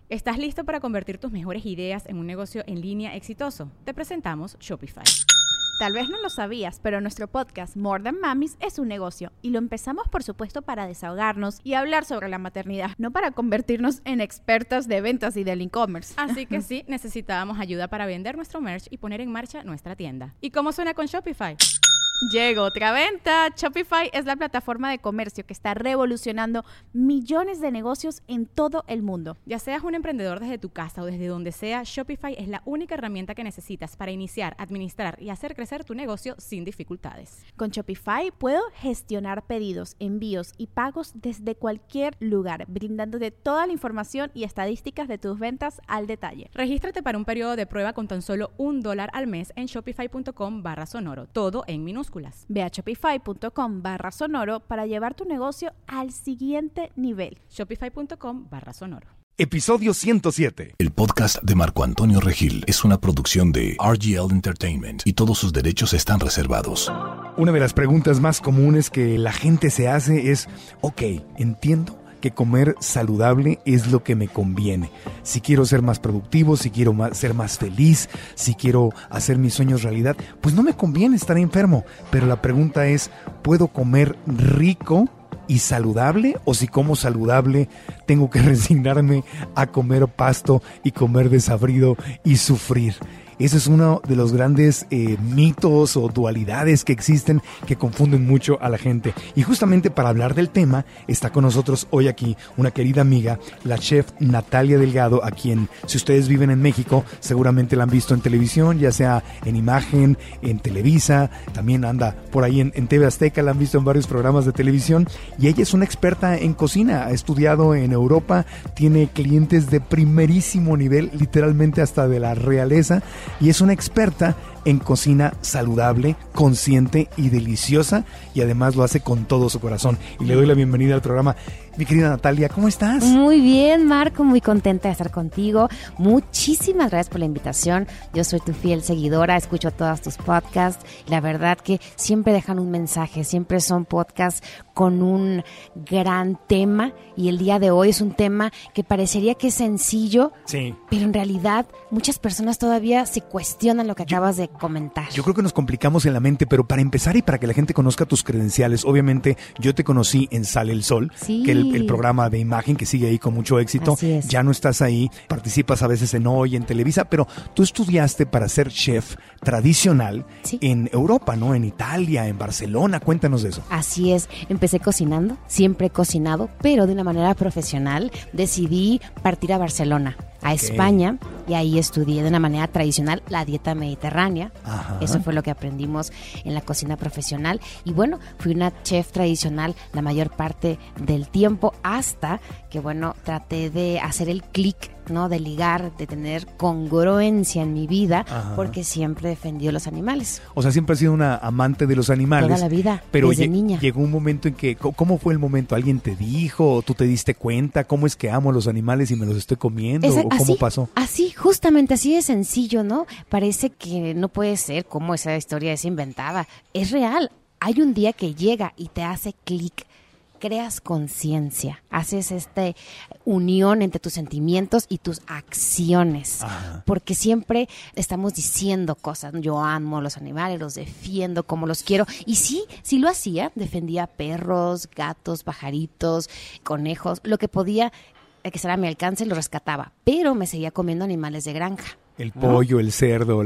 ¿Estás listo para convertir tus mejores ideas en un negocio en línea exitoso? Te presentamos Shopify. Tal vez no lo sabías, pero nuestro podcast More Than Mamis es un negocio y lo empezamos por supuesto para desahogarnos y hablar sobre la maternidad, no para convertirnos en expertas de ventas y del e-commerce. Así que sí, necesitábamos ayuda para vender nuestro merch y poner en marcha nuestra tienda. ¿Y cómo suena con Shopify? Llegó otra venta. Shopify es la plataforma de comercio que está revolucionando millones de negocios en todo el mundo. Ya seas un emprendedor desde tu casa o desde donde sea, Shopify es la única herramienta que necesitas para iniciar, administrar y hacer crecer tu negocio sin dificultades. Con Shopify puedo gestionar pedidos, envíos y pagos desde cualquier lugar, brindándote toda la información y estadísticas de tus ventas al detalle. Regístrate para un periodo de prueba con tan solo $1 al mes en shopify.com/sonoro, todo en minúsculas. Ve a shopify.com/sonoro para llevar tu negocio al siguiente nivel. Shopify.com/sonoro. Episodio 107. El podcast de Marco Antonio Regil es una producción de RGL Entertainment y todos sus derechos están reservados. Una de las preguntas más comunes que la gente se hace es, ok, entiendo que comer saludable es lo que me conviene. Si quiero ser más productivo, si quiero ser más feliz, si quiero hacer mis sueños realidad, pues no me conviene estar enfermo. Pero la pregunta es, ¿puedo comer rico y saludable? O si como saludable, tengo que resignarme a comer pasto y comer desabrido y sufrir. Ese es uno de los grandes mitos o dualidades que existen que confunden mucho a la gente. Y justamente para hablar del tema está con nosotros hoy aquí una querida amiga, la chef Natalia Delgado, a quien, si ustedes viven en México, seguramente la han visto en televisión, ya sea en imagen, en Televisa, también anda por ahí en TV Azteca, la han visto en varios programas de televisión. Y ella es una experta en cocina, ha estudiado en Europa, tiene clientes de primerísimo nivel, literalmente hasta de la realeza. Y es una experta en cocina saludable, consciente y deliciosa, y además lo hace con todo su corazón. Y le doy la bienvenida al programa. Mi querida Natalia, ¿cómo estás? Muy bien, Marco, muy contenta de estar contigo. Muchísimas gracias por la invitación. Yo soy tu fiel seguidora, escucho todos tus podcasts. La verdad que siempre dejan un mensaje, siempre son podcasts con un gran tema, y el día de hoy es un tema que parecería que es sencillo, sí, pero en realidad muchas personas todavía se cuestionan lo que acabas de comentar. Yo creo que nos complicamos en la mente, pero para empezar y para que la gente conozca tus credenciales, obviamente yo te conocí en Sale el Sol, sí, que el programa de imagen que sigue ahí con mucho éxito. Así es. Ya no estás ahí, participas a veces en Hoy, en Televisa, pero tú estudiaste para ser chef tradicional, sí, en Europa, ¿no? En Italia, en Barcelona. Cuéntanos de eso. Así es, empecé cocinando, siempre he cocinado, pero de una manera profesional. Decidí partir a Barcelona, a España, y ahí estudié de una manera tradicional la dieta mediterránea. Ajá. Eso fue lo que aprendimos en la cocina profesional, y bueno, fui una chef tradicional la mayor parte del tiempo, hasta que bueno, traté de hacer el clic, ¿no? De ligar, de tener congruencia en mi vida. Ajá. Porque siempre defendió los animales. O sea, siempre has sido una amante de los animales. Toda la vida, pero desde niña. Llegó un momento en que, ¿cómo fue el momento? ¿Alguien te dijo? ¿Tú te diste cuenta? ¿Cómo es que amo a los animales y me los estoy comiendo? ¿O cómo pasó? Así, justamente así de sencillo, ¿no? Parece que no puede ser, como esa historia es inventada. Es real. Hay un día que llega y te hace clic. Creas conciencia, haces esta unión entre tus sentimientos y tus acciones. Ajá. Porque siempre estamos diciendo cosas, yo amo a los animales, los defiendo como los quiero, y sí lo hacía, defendía perros, gatos, pajaritos, conejos, lo que podía que estar a mi alcance lo rescataba, pero me seguía comiendo animales de granja. El pollo, el cerdo,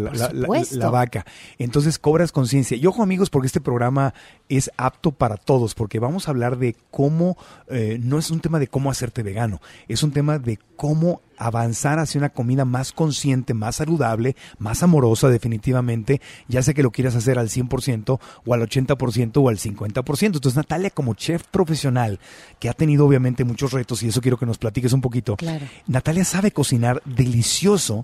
la vaca. Entonces cobras conciencia. Y ojo, amigos, porque este programa es apto para todos, porque vamos a hablar de cómo, no es un tema de cómo hacerte vegano, es un tema de cómo avanzar hacia una comida más consciente, más saludable, más amorosa definitivamente, ya sea que lo quieras hacer al 100% o al 80% o al 50%. Entonces Natalia, como chef profesional, que ha tenido obviamente muchos retos, y eso quiero que nos platiques un poquito. Claro. Natalia sabe cocinar delicioso,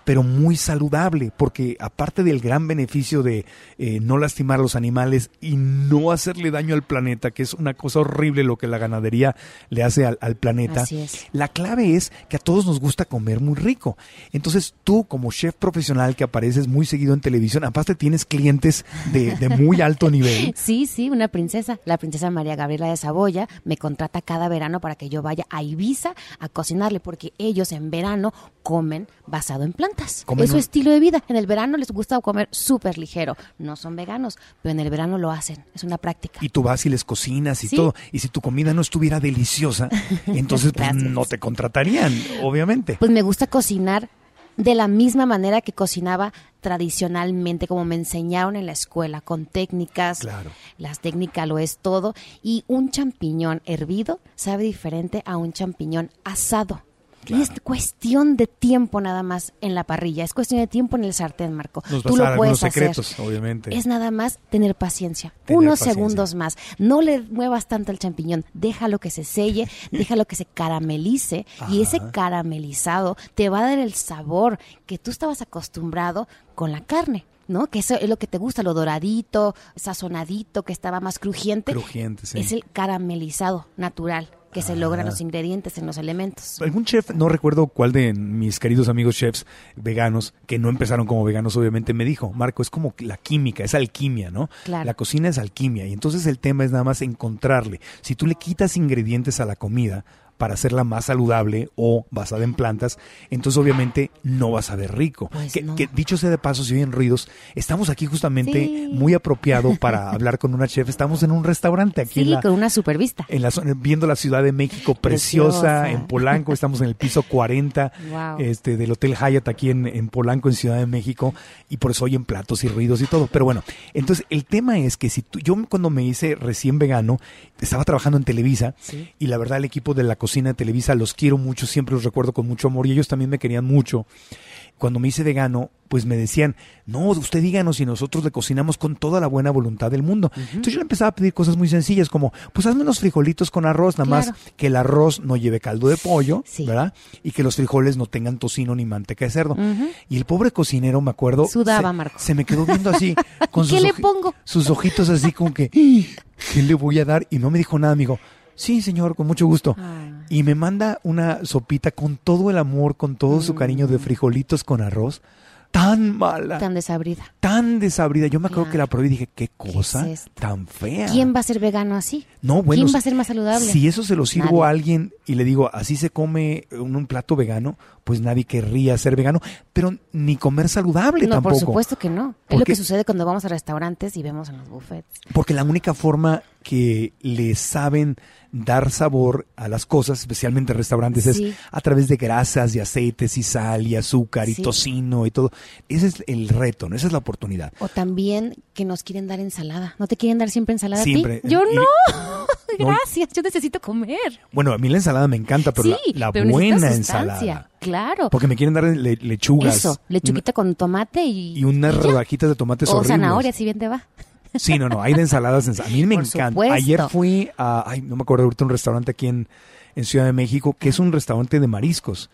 pero muy saludable, porque aparte del gran beneficio de no lastimar a los animales y no hacerle daño al planeta, que es una cosa horrible lo que la ganadería le hace al planeta. Así es. La clave es que a todos nos gusta comer muy rico. Entonces tú, como chef profesional que apareces muy seguido en televisión, aparte tienes clientes de muy alto nivel. Sí, una princesa, la princesa María Gabriela de Saboya, me contrata cada verano para que yo vaya a Ibiza a cocinarle, porque ellos en verano comen basado en plantas. Es su estilo de vida. En el verano les gusta comer súper ligero. No son veganos, pero en el verano lo hacen. Es una práctica. Y tú vas y les cocinas y todo. Y si tu comida no estuviera deliciosa, entonces pues, no te contratarían, obviamente. Pues me gusta cocinar de la misma manera que cocinaba tradicionalmente, como me enseñaron en la escuela, con técnicas. Claro. Las técnicas lo es todo. Y un champiñón hervido sabe diferente a un champiñón asado. Claro. Es cuestión de tiempo nada más en la parrilla, es cuestión de tiempo en el sartén, Marco. Tú lo puedes secretos, hacer. Obviamente. Es nada más tener paciencia. Unos segundos más. No le muevas tanto el champiñón, déjalo que se selle, déjalo que se caramelice. Ajá. Y ese caramelizado te va a dar el sabor que tú estabas acostumbrado con la carne, ¿no? Que eso es lo que te gusta, lo doradito, sazonadito, que estaba más crujiente. Crujiente, sí. Es el caramelizado natural que se logran los ingredientes en los elementos. Algún chef, no recuerdo cuál de mis queridos amigos chefs veganos, que no empezaron como veganos obviamente, me dijo, Marco, es como la química, es alquimia, ¿no? Claro. La cocina es alquimia y entonces el tema es nada más encontrarle. Si tú le quitas ingredientes a la comida para hacerla más saludable o basada en plantas, entonces obviamente no vas a ver rico. Pues que dicho sea de paso, si oyen ruidos, estamos aquí justamente muy apropiado para hablar con una chef. Estamos en un restaurante aquí con una super vista. Viendo la Ciudad de México preciosa, en Polanco, estamos en el piso 40 wow. Del Hotel Hyatt aquí en Polanco, en Ciudad de México, y por eso oyen platos y ruidos y todo. Pero bueno, entonces el tema es que yo cuando me hice recién vegano, estaba trabajando en Televisa, y la verdad el equipo de la cocina de Televisa los quiero mucho, siempre los recuerdo con mucho amor y ellos también me querían mucho. Cuando me hice vegano, pues me decían, no, usted díganos y nosotros le cocinamos con toda la buena voluntad del mundo. Uh-huh. Entonces yo le empezaba a pedir cosas muy sencillas como, pues hazme unos frijolitos con arroz, nada más que el arroz no lleve caldo de pollo, ¿verdad? Y que los frijoles no tengan tocino ni manteca de cerdo. Uh-huh. Y el pobre cocinero, me acuerdo, sudaba, Marco. Se me quedó viendo así, con ¿Qué le pongo? Sus ojitos así como que, ¿qué le voy a dar? Y no me dijo nada, me dijo, sí, señor, con mucho gusto. Y me manda una sopita con todo el amor, con todo su cariño de frijolitos con arroz. Tan mala. Tan desabrida. Tan desabrida. Yo me acuerdo que la probé y dije, qué cosa tan fea. ¿Quién va a ser vegano así? No, bueno. ¿Quién va a ser más saludable? Si eso se lo sirvo a alguien y le digo, así se come un plato vegano, pues nadie querría ser vegano, pero ni comer saludable tampoco. No, por supuesto que no. Es lo que sucede cuando vamos a restaurantes y vemos en los buffets. Porque la única forma que le saben dar sabor a las cosas, especialmente en restaurantes, es a través de grasas y aceites y sal y azúcar y tocino y todo. Ese es el reto, ¿no? Esa es la oportunidad. O también que nos quieren dar ensalada. ¿No te quieren dar siempre ensalada siempre. a ti? Yo no. Gracias, yo necesito comer. Bueno, a mí la ensalada me encanta, pero la buena ensalada. Claro. Porque me quieren dar lechugas. Eso, lechuguita con tomate y unas rodajitas de tomates horribles. O zanahoria, si bien te va. Sí, no, hay de ensaladas. A mí me encanta. Supuesto. Ayer fui no me acuerdo ahorita, un restaurante aquí en Ciudad de México, que es un restaurante de mariscos.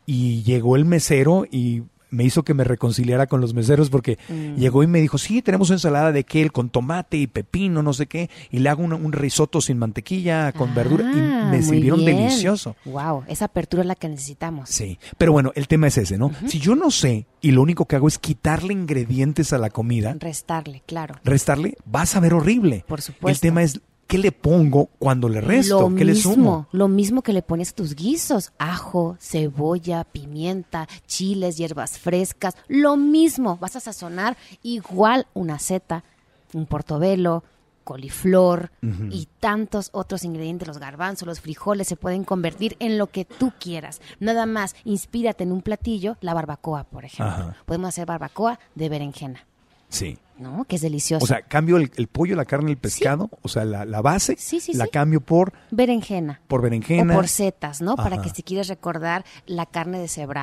Y llegó el mesero y me hizo que me reconciliara con los meseros porque llegó y me dijo, sí, tenemos ensalada de kale con tomate y pepino, no sé qué, y le hago un risotto sin mantequilla, con verdura, y me sirvieron delicioso. Wow, esa apertura es la que necesitamos. Sí, pero bueno, el tema es ese, ¿no? Uh-huh. Si yo no sé y lo único que hago es quitarle ingredientes a la comida. Restarle, claro. Restarle, vas a ver horrible. Por supuesto. El tema es, ¿qué le pongo cuando le resto? ¿Qué le sumo? Lo mismo que le pones a tus guisos. Ajo, cebolla, pimienta, chiles, hierbas frescas. Lo mismo. Vas a sazonar igual una seta, un portobelo, coliflor y tantos otros ingredientes. Los garbanzos, los frijoles se pueden convertir en lo que tú quieras. Nada más, inspírate en un platillo, la barbacoa, por ejemplo. Ajá. Podemos hacer barbacoa de berenjena. Sí. ¿No? Que es delicioso. O sea, cambio el pollo, la carne, el pescado, o sea, la base, la cambio por berenjena. Por berenjena. O por setas, ¿no? Para que si quieres recordar la carne deshebrada.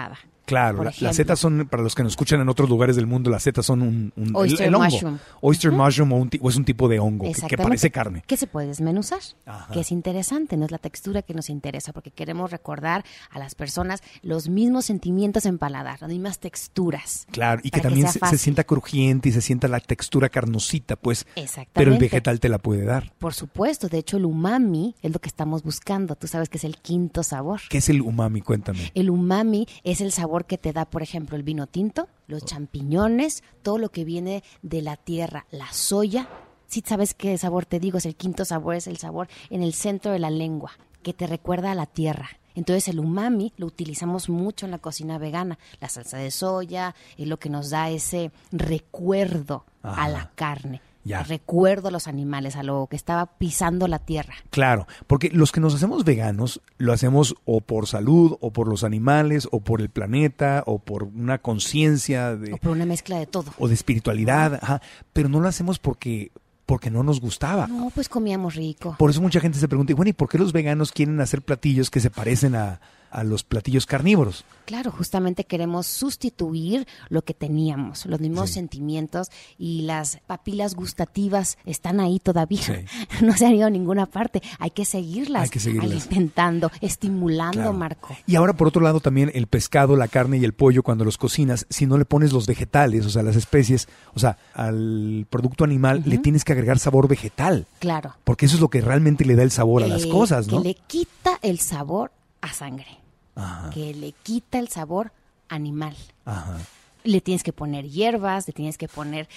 Claro, por las ejemplo. setas son, para los que nos escuchan en otros lugares del mundo, las setas son Oyster el hongo. mushroom. Oyster mushroom o es un tipo de hongo que Exactamente. parece carne. Que se puede desmenuzar, Ajá. que es interesante, no es la textura que nos interesa, porque queremos recordar a las personas los mismos sentimientos en paladar, las mismas texturas. Claro, y que para también sea se fácil. sienta crujiente y se sienta la textura carnosita, pues. Exactamente. Pero el vegetal te la puede dar. Por supuesto, de hecho el umami es lo que estamos buscando. Tú sabes que es el quinto sabor. ¿Qué es el umami? Cuéntame. El umami es el sabor que te da, por ejemplo, el vino tinto, los champiñones, todo lo que viene de la tierra, la soya. Sí, sabes qué sabor te digo, es el quinto sabor, es el sabor en el centro de la lengua, que te recuerda a la tierra. Entonces el umami lo utilizamos mucho en la cocina vegana. La salsa de soya es lo que nos da ese recuerdo a la carne. Ya. Recuerdo a los animales, a lo que estaba pisando la tierra. Claro, porque los que nos hacemos veganos lo hacemos o por salud, o por los animales, o por el planeta, o por una conciencia O por una mezcla de todo. o de espiritualidad, ajá, pero no lo hacemos porque no nos gustaba. No, pues comíamos rico. Por eso mucha gente se pregunta, bueno, ¿y por qué los veganos quieren hacer platillos que se parecen a los platillos carnívoros? Claro, justamente queremos sustituir lo que teníamos, los mismos Sí. sentimientos y las papilas gustativas están ahí todavía. Sí. No se han ido a ninguna parte. Hay que seguirlas, Hay que seguirlas. alimentando, estimulando, Claro. Marco. Y ahora, por otro lado, también el pescado, la carne y el pollo, cuando los cocinas, si no le pones los vegetales, o sea, las especies, o sea, al producto animal, le tienes que agregar sabor vegetal, Claro. porque eso es lo que realmente le da el sabor a las cosas, ¿no? Que le quita el sabor a sangre, Ajá, que le quita el sabor animal. ajá. Le tienes que poner hierbas, le tienes que poner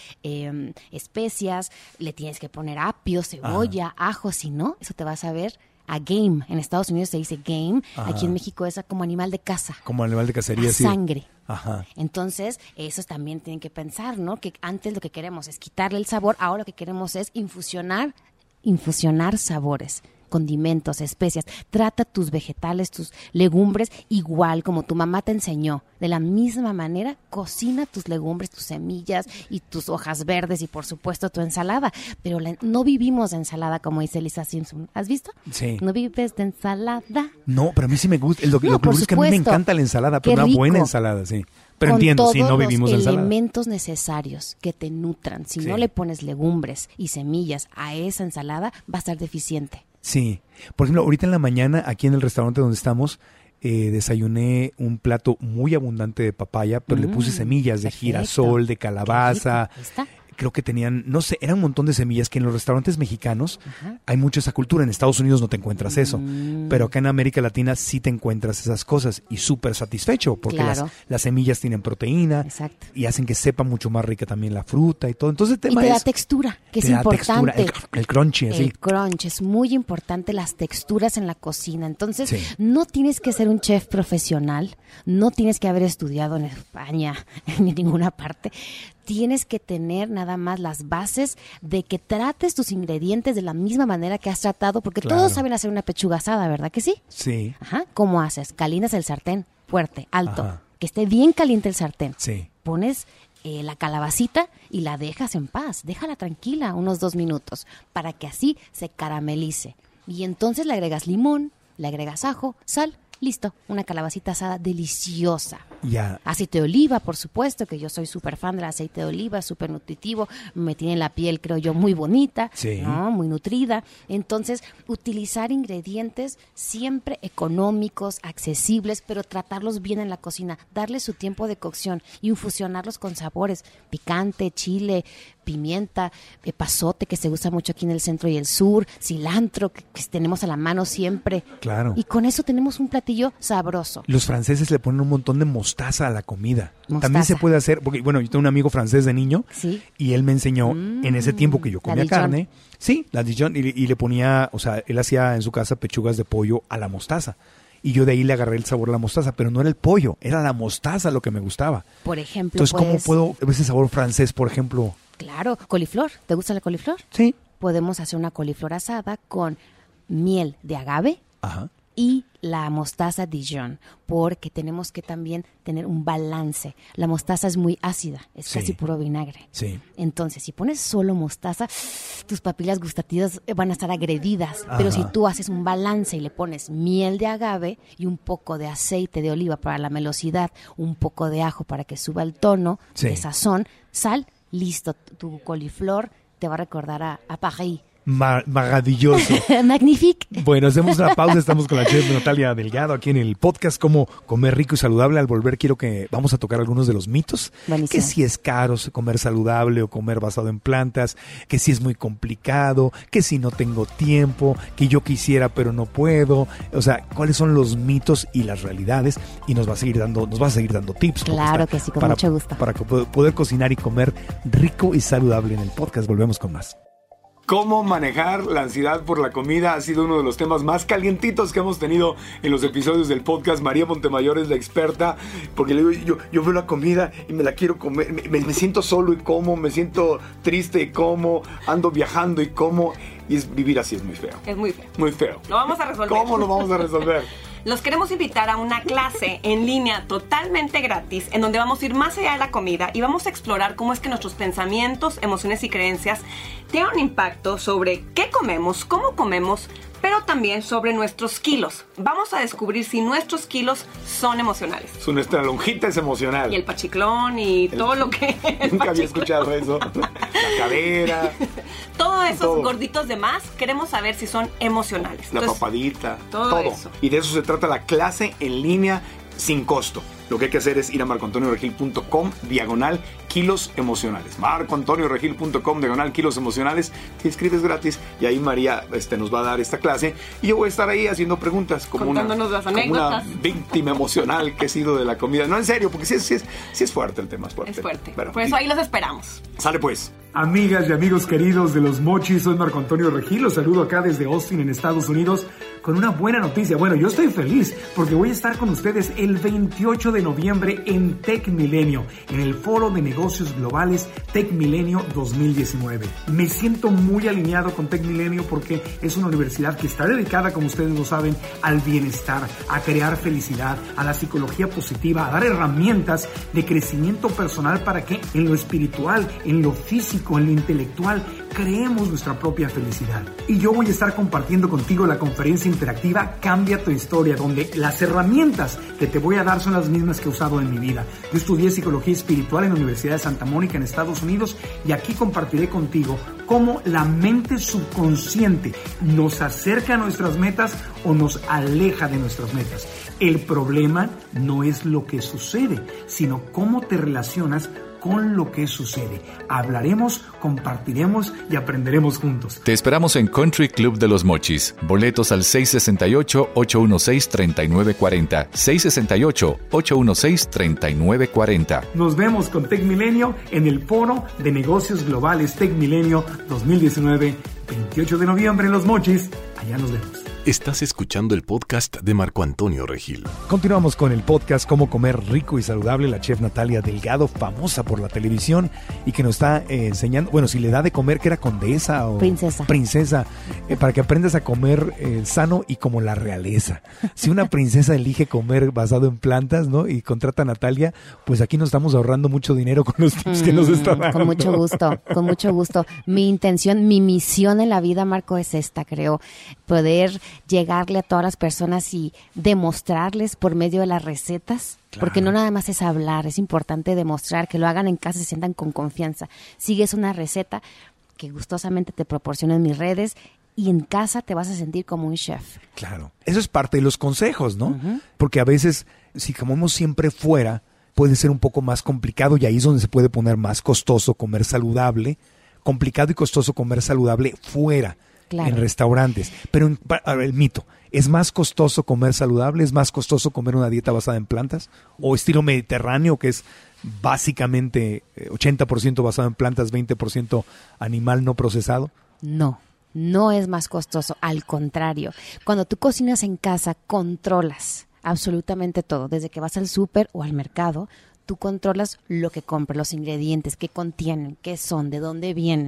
especias, le tienes que poner apio, cebolla, ajo, si no, eso te va a saber a game. En Estados Unidos se dice game, aquí en México es como animal de caza, Como animal de cacería, a sí. sangre. Ajá. Entonces, esos también tienen que pensar, ¿no? Que antes lo que queremos es quitarle el sabor, ahora lo que queremos es infusionar sabores, condimentos, especias. Trata tus vegetales, tus legumbres igual como tu mamá te enseñó. De la misma manera, cocina tus legumbres, tus semillas y tus hojas verdes y por supuesto tu ensalada. Pero no vivimos de ensalada como dice Lisa Simpson. ¿Has visto? Sí. No vives de ensalada. No, pero a mí sí me gusta. Lo que No, me gusta es que a mí me supuesto. encanta la ensalada, Qué pero una buena rico. ensalada, sí. Pero Con entiendo, si todos no vivimos de los ensalada. elementos necesarios que te nutran. Si Sí. no le pones legumbres y semillas a esa ensalada, va a estar deficiente. Sí. Por ejemplo, ahorita en la mañana, aquí en el restaurante donde estamos, desayuné un plato muy abundante de papaya, pero le puse semillas de perfecto. girasol, de Qué calabaza. rico. Ahí está. Creo que tenían, no sé, era un montón de semillas que en los restaurantes mexicanos Ajá. hay mucha esa cultura. En Estados Unidos no te encuentras eso, pero acá en América Latina sí te encuentras esas cosas y súper satisfecho porque Claro. las semillas tienen proteína Exacto. y hacen que sepa mucho más rica también la fruta y todo. Entonces el Y tema te da es, textura, que es te da textura, importante. el crunchy, así. El crunch, es muy importante las texturas en la cocina. Entonces, Sí. no tienes que ser un chef profesional, no tienes que haber estudiado en España ni en ninguna parte. Tienes que tener nada más las bases de que trates tus ingredientes de la misma manera que has tratado, porque Claro. todos saben hacer una pechuga asada, ¿verdad que sí? Sí, Ajá. ¿Cómo haces? Calientas el sartén fuerte, alto, Ajá. que esté bien caliente el sartén. sí. Pones la calabacita y la dejas en paz. Déjala tranquila unos 2 minutos para que así se caramelice. Y entonces le agregas limón, le agregas ajo, sal, listo. Una calabacita asada deliciosa. Ya. Aceite de oliva, por supuesto, que yo soy súper fan del aceite de oliva, súper nutritivo, me tiene la piel, creo yo, muy bonita, Sí. ¿no? Muy nutrida. Entonces, utilizar ingredientes siempre económicos, accesibles, pero tratarlos bien en la cocina, darle su tiempo de cocción y infusionarlos con sabores, picante, chile, pimienta, pasote, que se usa mucho aquí en el centro y el sur, cilantro, que tenemos a la mano siempre. Claro. Y con eso tenemos un platillo sabroso. Los franceses le ponen un montón de mostaza a la comida. Mostaza. También se puede hacer, porque bueno, yo tengo un amigo francés de niño Sí. y él me enseñó en ese tiempo que yo la comía Dijon. carne, sí, la Dijon, y le ponía, o sea, él hacía en su casa pechugas de pollo a la mostaza. Y yo de ahí le agarré el sabor a la mostaza, pero no era el pollo, era la mostaza lo que me gustaba. Por ejemplo, Entonces, ¿cómo pues, puedo ese sabor francés, por ejemplo? claro, coliflor. ¿Te gusta la coliflor? Sí. Podemos hacer una coliflor asada con miel de agave Ajá. y la mostaza Dijon, porque tenemos que también tener un balance. La mostaza es muy ácida, es casi puro vinagre. Sí. Entonces, si pones solo mostaza, tus papilas gustativas van a estar agredidas. Pero si tú haces un balance y le pones miel de agave y un poco de aceite de oliva para la melosidad, un poco de ajo para que suba el tono, de sazón, sal, listo. Tu coliflor te va a recordar a París. Maravilloso. Magnifique. Bueno, hacemos una pausa. Estamos con la chef Natalia Delgado aquí en el podcast Cómo comer rico y saludable. Al volver vamos a tocar algunos de los mitos. Buenísimo. Que si es caro comer saludable o comer basado en plantas, que si es muy complicado, que si no tengo tiempo, que yo quisiera pero no puedo. O sea, ¿cuáles son los mitos y las realidades? Y nos vas a seguir dando tips. Claro que sí, con mucho gusto. Para poder cocinar y comer rico y saludable en el podcast. Volvemos con más. Cómo manejar la ansiedad por la comida ha sido uno de los temas más calientitos que hemos tenido en los episodios del podcast. María Montemayor es la experta, porque le digo, yo veo la comida y me la quiero comer, me siento solo y como, me siento triste y como, ando viajando y como, y vivir así es muy feo. Es muy feo. Muy feo. Lo vamos a resolver. ¿Cómo lo vamos a resolver? Los queremos invitar a una clase en línea totalmente gratis, en donde vamos a ir más allá de la comida y vamos a explorar cómo es que nuestros pensamientos, emociones y creencias tienen un impacto sobre qué comemos, cómo comemos, pero también sobre nuestros kilos. Vamos a descubrir si nuestros kilos son emocionales. Nuestra lonjita es emocional. Y el pachiclón y todo lo que... Nunca había escuchado eso. La cadera. Todos esos gorditos de más, queremos saber si son emocionales. La papadita. Todo eso. Y de eso se trata la clase en línea sin costo. Lo que hay que hacer es ir a marcoantonioregil.com/kilos emocionales. marcoantonioregil.com/kilos emocionales. Te inscribes gratis y ahí María nos va a dar esta clase. Y yo voy a estar ahí haciendo preguntas contándonos las anécdotas. Como una víctima emocional que he sido de la comida. No, en serio, porque sí es fuerte el tema. Es fuerte. Es fuerte. Pero, por eso ahí los esperamos. Sale pues. Amigas y amigos queridos de Los Mochis, soy Marco Antonio Regil, los saludo acá desde Austin, en Estados Unidos, con una buena noticia. Bueno, yo estoy feliz porque voy a estar con ustedes el 28 de noviembre en Tech Milenio, en el Foro de Negocios Globales Tech Milenio 2019. Me siento muy alineado con Tech Milenio porque es una universidad que está dedicada, como ustedes lo saben, al bienestar, a crear felicidad, a la psicología positiva, a dar herramientas de crecimiento personal para que en lo espiritual, en lo físico, en lo intelectual, creemos nuestra propia felicidad. Y yo voy a estar compartiendo contigo la conferencia interactiva Cambia tu Historia, donde las herramientas que te voy a dar son las mismas que he usado en mi vida. Yo estudié psicología espiritual en la Universidad de Santa Mónica en Estados Unidos y aquí compartiré contigo cómo la mente subconsciente nos acerca a nuestras metas o nos aleja de nuestras metas. El problema no es lo que sucede, sino cómo te relacionas con lo que sucede. Hablaremos, compartiremos y aprenderemos juntos. Te esperamos en Country Club de los Mochis. Boletos al 668-816-3940. 668-816-3940. Nos vemos con Tech Milenio en el Foro de Negocios Globales Tech Milenio 2019, 28 de noviembre en Los Mochis. Allá nos vemos. Estás escuchando el podcast de Marco Antonio Regil. Continuamos con el podcast Cómo comer rico y saludable. La chef Natalia Delgado, famosa por la televisión y que nos está enseñando, bueno, si le da de comer, que era condesa o princesa, para que aprendas a comer sano y como la realeza. Si una princesa elige comer basado en plantas, ¿no? Y contrata a Natalia, pues aquí nos estamos ahorrando mucho dinero con los tips que nos está dando. Con mucho gusto. Mi intención, mi misión en la vida, Marco, es esta, creo, poder llegarle a todas las personas y demostrarles por medio de las recetas, claro. Porque no nada más es hablar, es importante demostrar, que lo hagan en casa y se sientan con confianza. Sigues una receta que gustosamente te proporciono en mis redes y en casa te vas a sentir como un chef. Claro, eso es parte de los consejos, ¿no? Uh-huh. Porque a veces, si comemos siempre fuera, puede ser un poco más complicado y ahí es donde se puede poner más costoso comer saludable, complicado y costoso comer saludable fuera. Claro. En restaurantes. Pero el mito, ¿es más costoso comer saludable? ¿Es más costoso comer una dieta basada en plantas? ¿O estilo mediterráneo, que es básicamente 80% basado en plantas, 20% animal no procesado? No es más costoso. Al contrario, cuando tú cocinas en casa, controlas absolutamente todo. Desde que vas al súper o al mercado, tú controlas lo que compras, los ingredientes, qué contienen, qué son, de dónde vienen.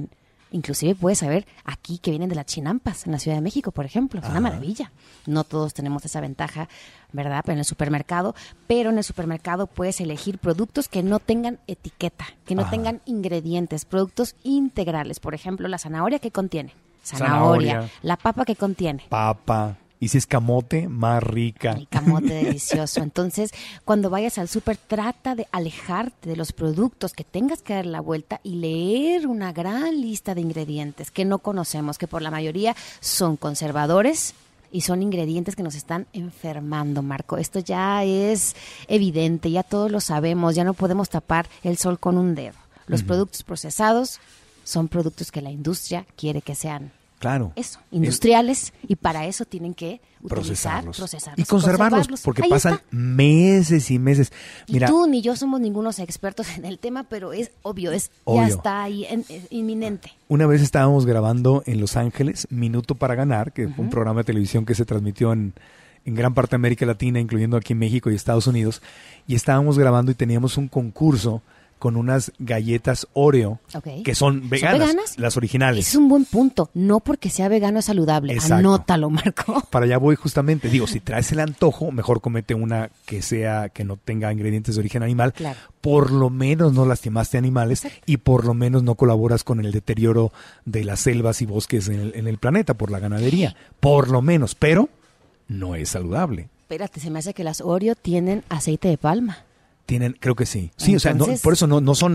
Inclusive puedes saber aquí que vienen de las chinampas en la Ciudad de México, por ejemplo. Es una maravilla. No todos tenemos esa ventaja, ¿verdad? Pero en el supermercado puedes elegir productos que no tengan etiqueta, que no tengan ingredientes, productos integrales. Por ejemplo, la zanahoria, ¿qué contiene? Zanahoria. La papa, ¿qué contiene? Papa. Y si es camote, más rica. El camote delicioso. Entonces, cuando vayas al súper, trata de alejarte de los productos, que tengas que dar la vuelta y leer una gran lista de ingredientes que no conocemos, que por la mayoría son conservadores y son ingredientes que nos están enfermando, Marco. Esto ya es evidente, ya todos lo sabemos, ya no podemos tapar el sol con un dedo. Los productos procesados son productos que la industria quiere que sean industriales, y para eso tienen que procesarlos y conservarlos, porque pasan meses y meses. Mira, y tú ni yo somos ningunos expertos en el tema, pero es obvio. Ya está ahí, inminente. Una vez estábamos grabando en Los Ángeles Minuto para Ganar, que fue un programa de televisión que se transmitió en gran parte de América Latina, incluyendo aquí en México y Estados Unidos, y estábamos grabando y teníamos un concurso con unas galletas Oreo, que son veganas, las originales. Es un buen punto. No porque sea vegano es saludable. Exacto. Anótalo, Marco. Para allá voy justamente. Digo, si traes el antojo, mejor comete una que no tenga ingredientes de origen animal. Claro. Por lo menos no lastimaste animales. Exacto. Y por lo menos no colaboras con el deterioro de las selvas y bosques en el planeta por la ganadería. Por lo menos, pero no es saludable. Espérate, se me hace que las Oreo tienen aceite de palma. Creo que sí. Sí, entonces, o sea, por eso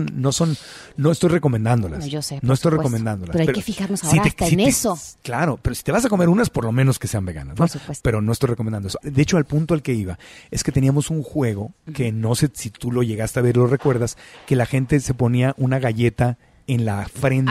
no estoy recomendándolas. No, yo sé. No estoy recomendándolas. Pero hay que fijarnos ahora en eso. Claro, pero si te vas a comer unas, por lo menos que sean veganas, ¿no? Por supuesto. Pero no estoy recomendando eso. De hecho, al punto al que iba, es que teníamos un juego que no sé si tú lo llegaste a ver, lo recuerdas, que la gente se ponía una galleta en la frente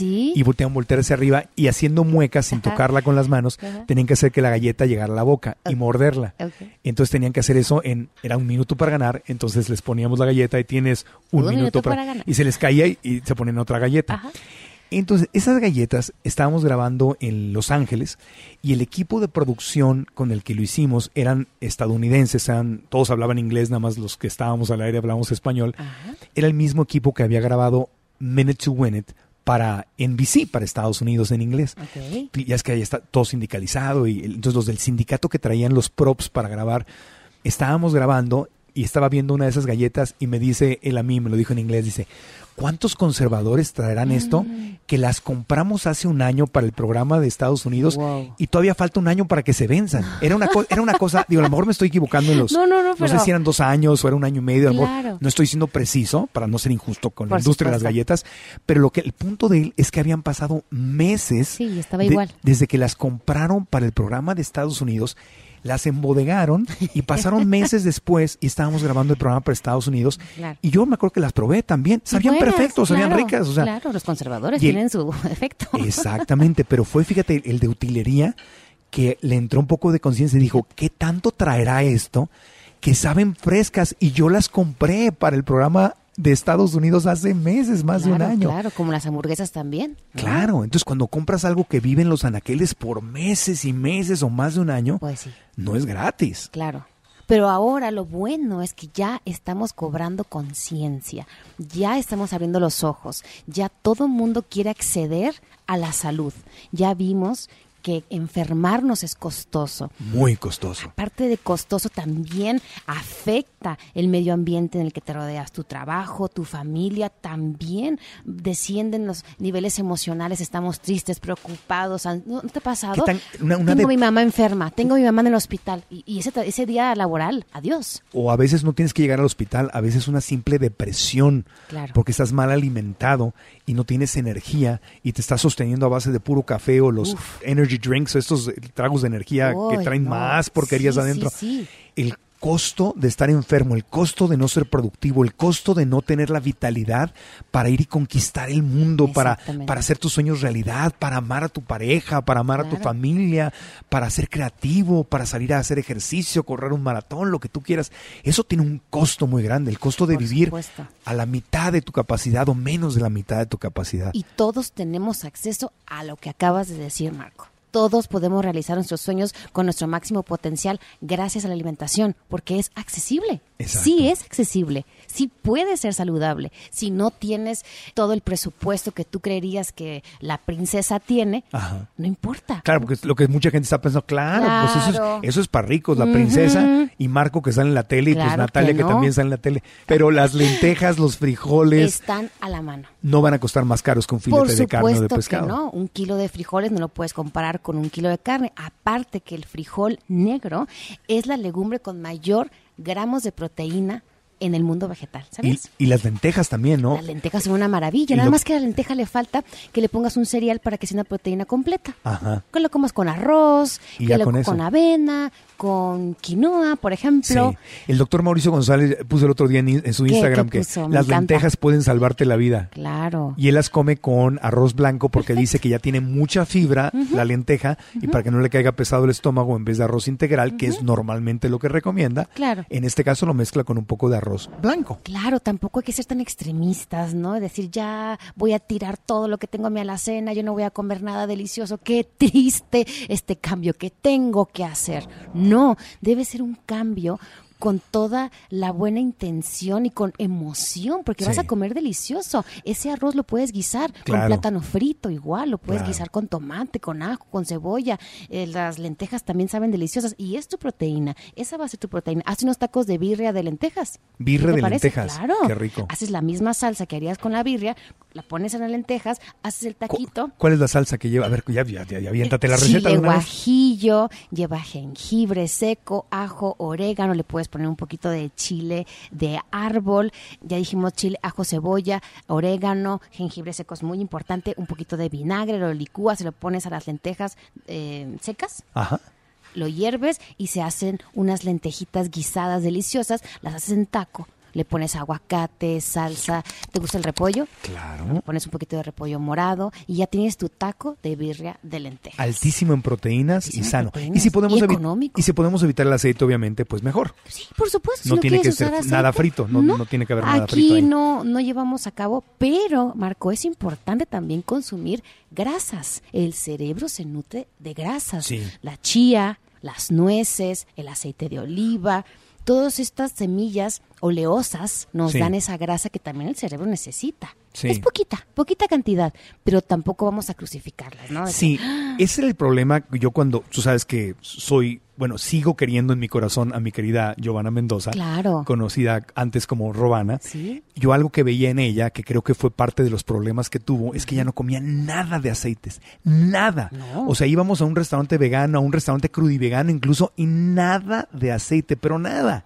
y voltear hacia arriba y haciendo muecas sin tocarla con las manos, tenían que hacer que la galleta llegara a la boca y morderla. Entonces tenían que hacer eso era un minuto para ganar, entonces les poníamos la galleta y tienes un minuto para ganar. Y se les caía y se ponían otra galleta. Ajá. Entonces, esas galletas estábamos grabando en Los Ángeles y el equipo de producción con el que lo hicimos eran estadounidenses, todos hablaban inglés, nada más los que estábamos al aire hablábamos español. Ajá. Era el mismo equipo que había grabado Minute to Win It para NBC, para Estados Unidos en inglés. Ya es que ahí está todo sindicalizado y entonces los del sindicato que traían los props para grabar, estábamos grabando y estaba viendo una de esas galletas y me dice él a mí, me lo dijo en inglés, dice, ¿cuántos conservadores traerán esto? Que las compramos hace un año para el programa de Estados Unidos y todavía falta un año para que se venzan. Era una cosa, digo, a lo mejor me estoy equivocando en los... No sé si eran 2 años o era un año y medio, a lo mejor no estoy siendo preciso para no ser injusto con la industria de las galletas, pero el punto de él es que habían pasado meses estaba igual. Desde que las compraron para el programa de Estados Unidos. Las embodegaron y pasaron meses después y estábamos grabando el programa para Estados Unidos y yo me acuerdo que las probé también. Sabían perfecto, sabían ricas. O sea, claro, los conservadores tienen su efecto. Exactamente, pero fue, fíjate, el de utilería que le entró un poco de conciencia y dijo, ¿qué tanto traerá esto? Que saben frescas y yo las compré para el programa de Estados Unidos hace meses, más de un año. Claro, como las hamburguesas también, ¿no? Claro, entonces cuando compras algo que vive en los anaqueles por meses y meses o más de un año, pues no es gratis. Claro. Pero ahora lo bueno es que ya estamos cobrando conciencia, ya estamos abriendo los ojos, ya todo el mundo quiere acceder a la salud. Ya vimos que enfermarnos es costoso. Muy costoso. Aparte de costoso, también afecta el medio ambiente en el que te rodeas, tu trabajo, tu familia, también descienden los niveles emocionales, estamos tristes, preocupados. ¿No te ha pasado? Tengo mi mamá enferma, tengo mi mamá en el hospital y ese día laboral, adiós. O a veces no tienes que llegar al hospital, a veces una simple depresión, porque estás mal alimentado y no tienes energía y te estás sosteniendo a base de puro café o los energy drinks, estos tragos de energía que traen más porquerías adentro. El costo de estar enfermo, el costo de no ser productivo, el costo de no tener la vitalidad para ir y conquistar el mundo, para hacer tus sueños realidad, para amar a tu pareja, para amar a tu familia, para ser creativo, para salir a hacer ejercicio, correr un maratón, lo que tú quieras. Eso tiene un costo muy grande, el costo de vivir a la mitad de tu capacidad o menos de la mitad de tu capacidad. Y todos tenemos acceso a lo que acabas de decir, Marco. todos podemos realizar nuestros sueños con nuestro máximo potencial gracias a la alimentación, porque es accesible. Exacto. Sí es accesible, sí puede ser saludable. Si no tienes todo el presupuesto que tú creerías que la princesa tiene, Ajá. no importa. Claro, porque es lo que mucha gente está pensando, pues eso es para ricos, la princesa y Marco que sale en la tele y pues Claro Natalia que que no. también sale en la tele. Pero las lentejas, los frijoles Están a la mano. no van a costar más caros que un Por filete de carne o de supuesto pescado. que no. 1 kilo de frijoles no lo puedes comparar con 1 kilo de carne. Aparte que el frijol negro es la legumbre con mayor gramos de proteína en el mundo vegetal, ¿sabes? Y las lentejas también, ¿no? Las lentejas son una maravilla. Y Nada lo- más que a la lenteja le falta que le pongas un cereal para que sea una proteína completa. Ajá. Que lo comas con arroz, Y que ya lo con eso. con avena, con quinoa, por ejemplo. Sí. El doctor Mauricio González puso el otro día en su ¿Qué? Instagram ¿Qué que puso? Me las encanta. lentejas pueden salvarte la vida. Claro. Y él las come con arroz blanco porque dice que ya tiene mucha fibra la lenteja y para que no le caiga pesado el estómago en vez de arroz integral, que es normalmente lo que recomienda. Claro. En este caso lo mezcla con un poco de arroz blanco. Claro, tampoco hay que ser tan extremistas, ¿no? Decir, ya voy a tirar todo lo que tengo en mi alacena, yo no voy a comer nada delicioso. Qué triste este cambio que tengo que hacer. No, debe ser un cambio con toda la buena intención y con emoción, porque vas Sí. a comer delicioso. Ese arroz lo puedes guisar con Claro. plátano frito, igual, lo puedes Claro. guisar con tomate, con ajo, con cebolla. Las lentejas también saben deliciosas y es tu proteína. Esa va a ser tu proteína. Haz unos tacos de birria de lentejas. Birria ¿Te de parece? lentejas. Claro. Qué rico. Haces la misma salsa que harías con la birria, la pones en las lentejas, haces el taquito. ¿Cuál es la salsa que lleva? A ver, ya aviéntate la receta de Chile una vez. guajillo, lleva jengibre seco, ajo, orégano, le puedes poner un poquito de chile de árbol, ya dijimos chile, ajo, cebolla, orégano, jengibre seco es muy importante, un poquito de vinagre, lo licúas y lo pones a las lentejas secas. Ajá. Lo hierves y se hacen unas lentejitas guisadas deliciosas, las haces en taco. Le pones aguacate, salsa. ¿Te gusta el repollo? Claro. Le pones un poquito de repollo morado y ya tienes tu taco de birria de lentejas. Altísimo en proteínas Altísimo y en sano. proteínas Y si podemos y económico. y si podemos evitar el aceite, obviamente, pues mejor. Sí, por supuesto. si No tiene quieres que ser usar nada aceite, frito, no tiene que haber nada Aquí frito ahí. no llevamos a cabo, pero, Marco, es importante también consumir grasas. El cerebro se nutre de grasas. Sí. La chía, las nueces, el aceite de oliva, todas estas semillas oleosas nos Sí. dan esa grasa que también el cerebro necesita. Sí. Es poquita cantidad, pero tampoco vamos a crucificarlas, ¿no? De que, Sí, ese era el problema. Yo cuando, tú sabes que sigo queriendo en mi corazón a mi querida Giovanna Mendoza, Claro. conocida antes como Robana. Sí. Yo algo que veía en ella, que creo que fue parte de los problemas que tuvo, es que ella no comía nada de aceites, nada. No. O sea, íbamos a un restaurante vegano, a un restaurante crudivegano incluso, y nada de aceite, pero nada.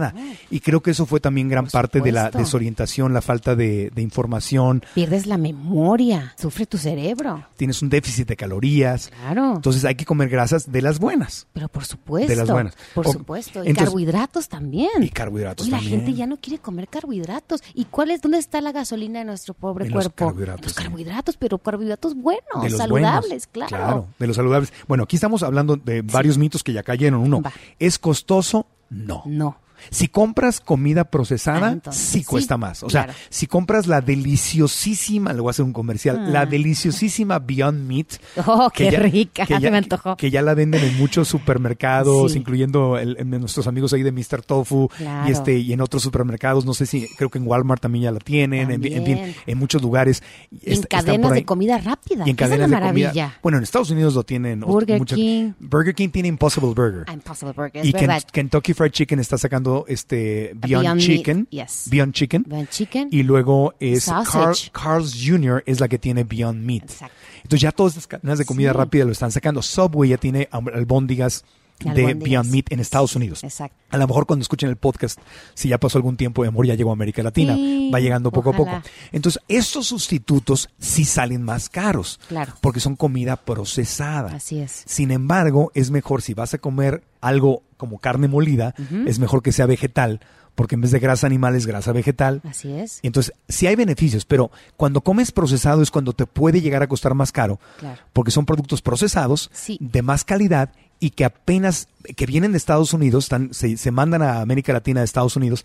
Y creo que eso fue también gran Por parte de la supuesto. desorientación, la falta de información. Pierdes la memoria, sufre tu cerebro. Tienes un déficit de calorías. Claro. Entonces hay que comer grasas de las buenas. Pero por supuesto. De las buenas. Por O- supuesto. Y entonces- carbohidratos también. Y carbohidratos Y la también. gente ya no quiere comer carbohidratos. ¿Y dónde está la gasolina de nuestro pobre En los cuerpo? carbohidratos, Los sí. carbohidratos, pero carbohidratos buenos, De los saludables, buenos. claro. De los saludables. Bueno, aquí estamos hablando de varios mitos que ya cayeron. Uno, Va. ¿es costoso? No. No. Si compras comida procesada, entonces, sí cuesta sí, más. O sea, claro. si compras la deliciosísima, le voy a hacer un comercial, la deliciosísima Beyond Meat. Oh, qué rica, me antojó. Que ya la venden en muchos supermercados, Sí. incluyendo en nuestros amigos ahí de Mr. Tofu Claro. y en otros supermercados. No sé si, creo que en Walmart también ya la tienen, en fin, También. en muchos lugares. Y en están cadenas por ahí. de comida rápida. Y en Esa es la cadenas de maravilla. comida. Bueno, en Estados Unidos lo tienen. Burger King. Burger King tiene Impossible Burger. Impossible Burger, Y es verdad. Kentucky Fried Chicken está sacando Beyond Beyond Meat, Chicken. yes. Beyond Chicken. Beyond Chicken. Y luego es Sausage. Carl's Jr. es la que tiene Beyond Meat. Exacto. Entonces ya todas estas cadenas de comida Sí. rápida lo están sacando. Subway ya tiene albóndigas de Albóndigas. Beyond Meat en Estados Unidos. Exacto. A lo mejor cuando escuchen el podcast, si ya pasó algún tiempo, amor, ya llegó a América Latina, Sí, va llegando poco a ojalá. poco. Entonces, estos sustitutos sí salen más caros. Claro. Porque son comida procesada. Así es. Sin embargo, es mejor si vas a comer algo como carne molida, es mejor que sea vegetal, porque en vez de grasa animal es grasa vegetal. Así es. Y entonces, sí hay beneficios, pero cuando comes procesado es cuando te puede llegar a costar más caro, Claro. porque son productos procesados, Sí. de más calidad y que apenas, que vienen de Estados Unidos, se mandan a América Latina de Estados Unidos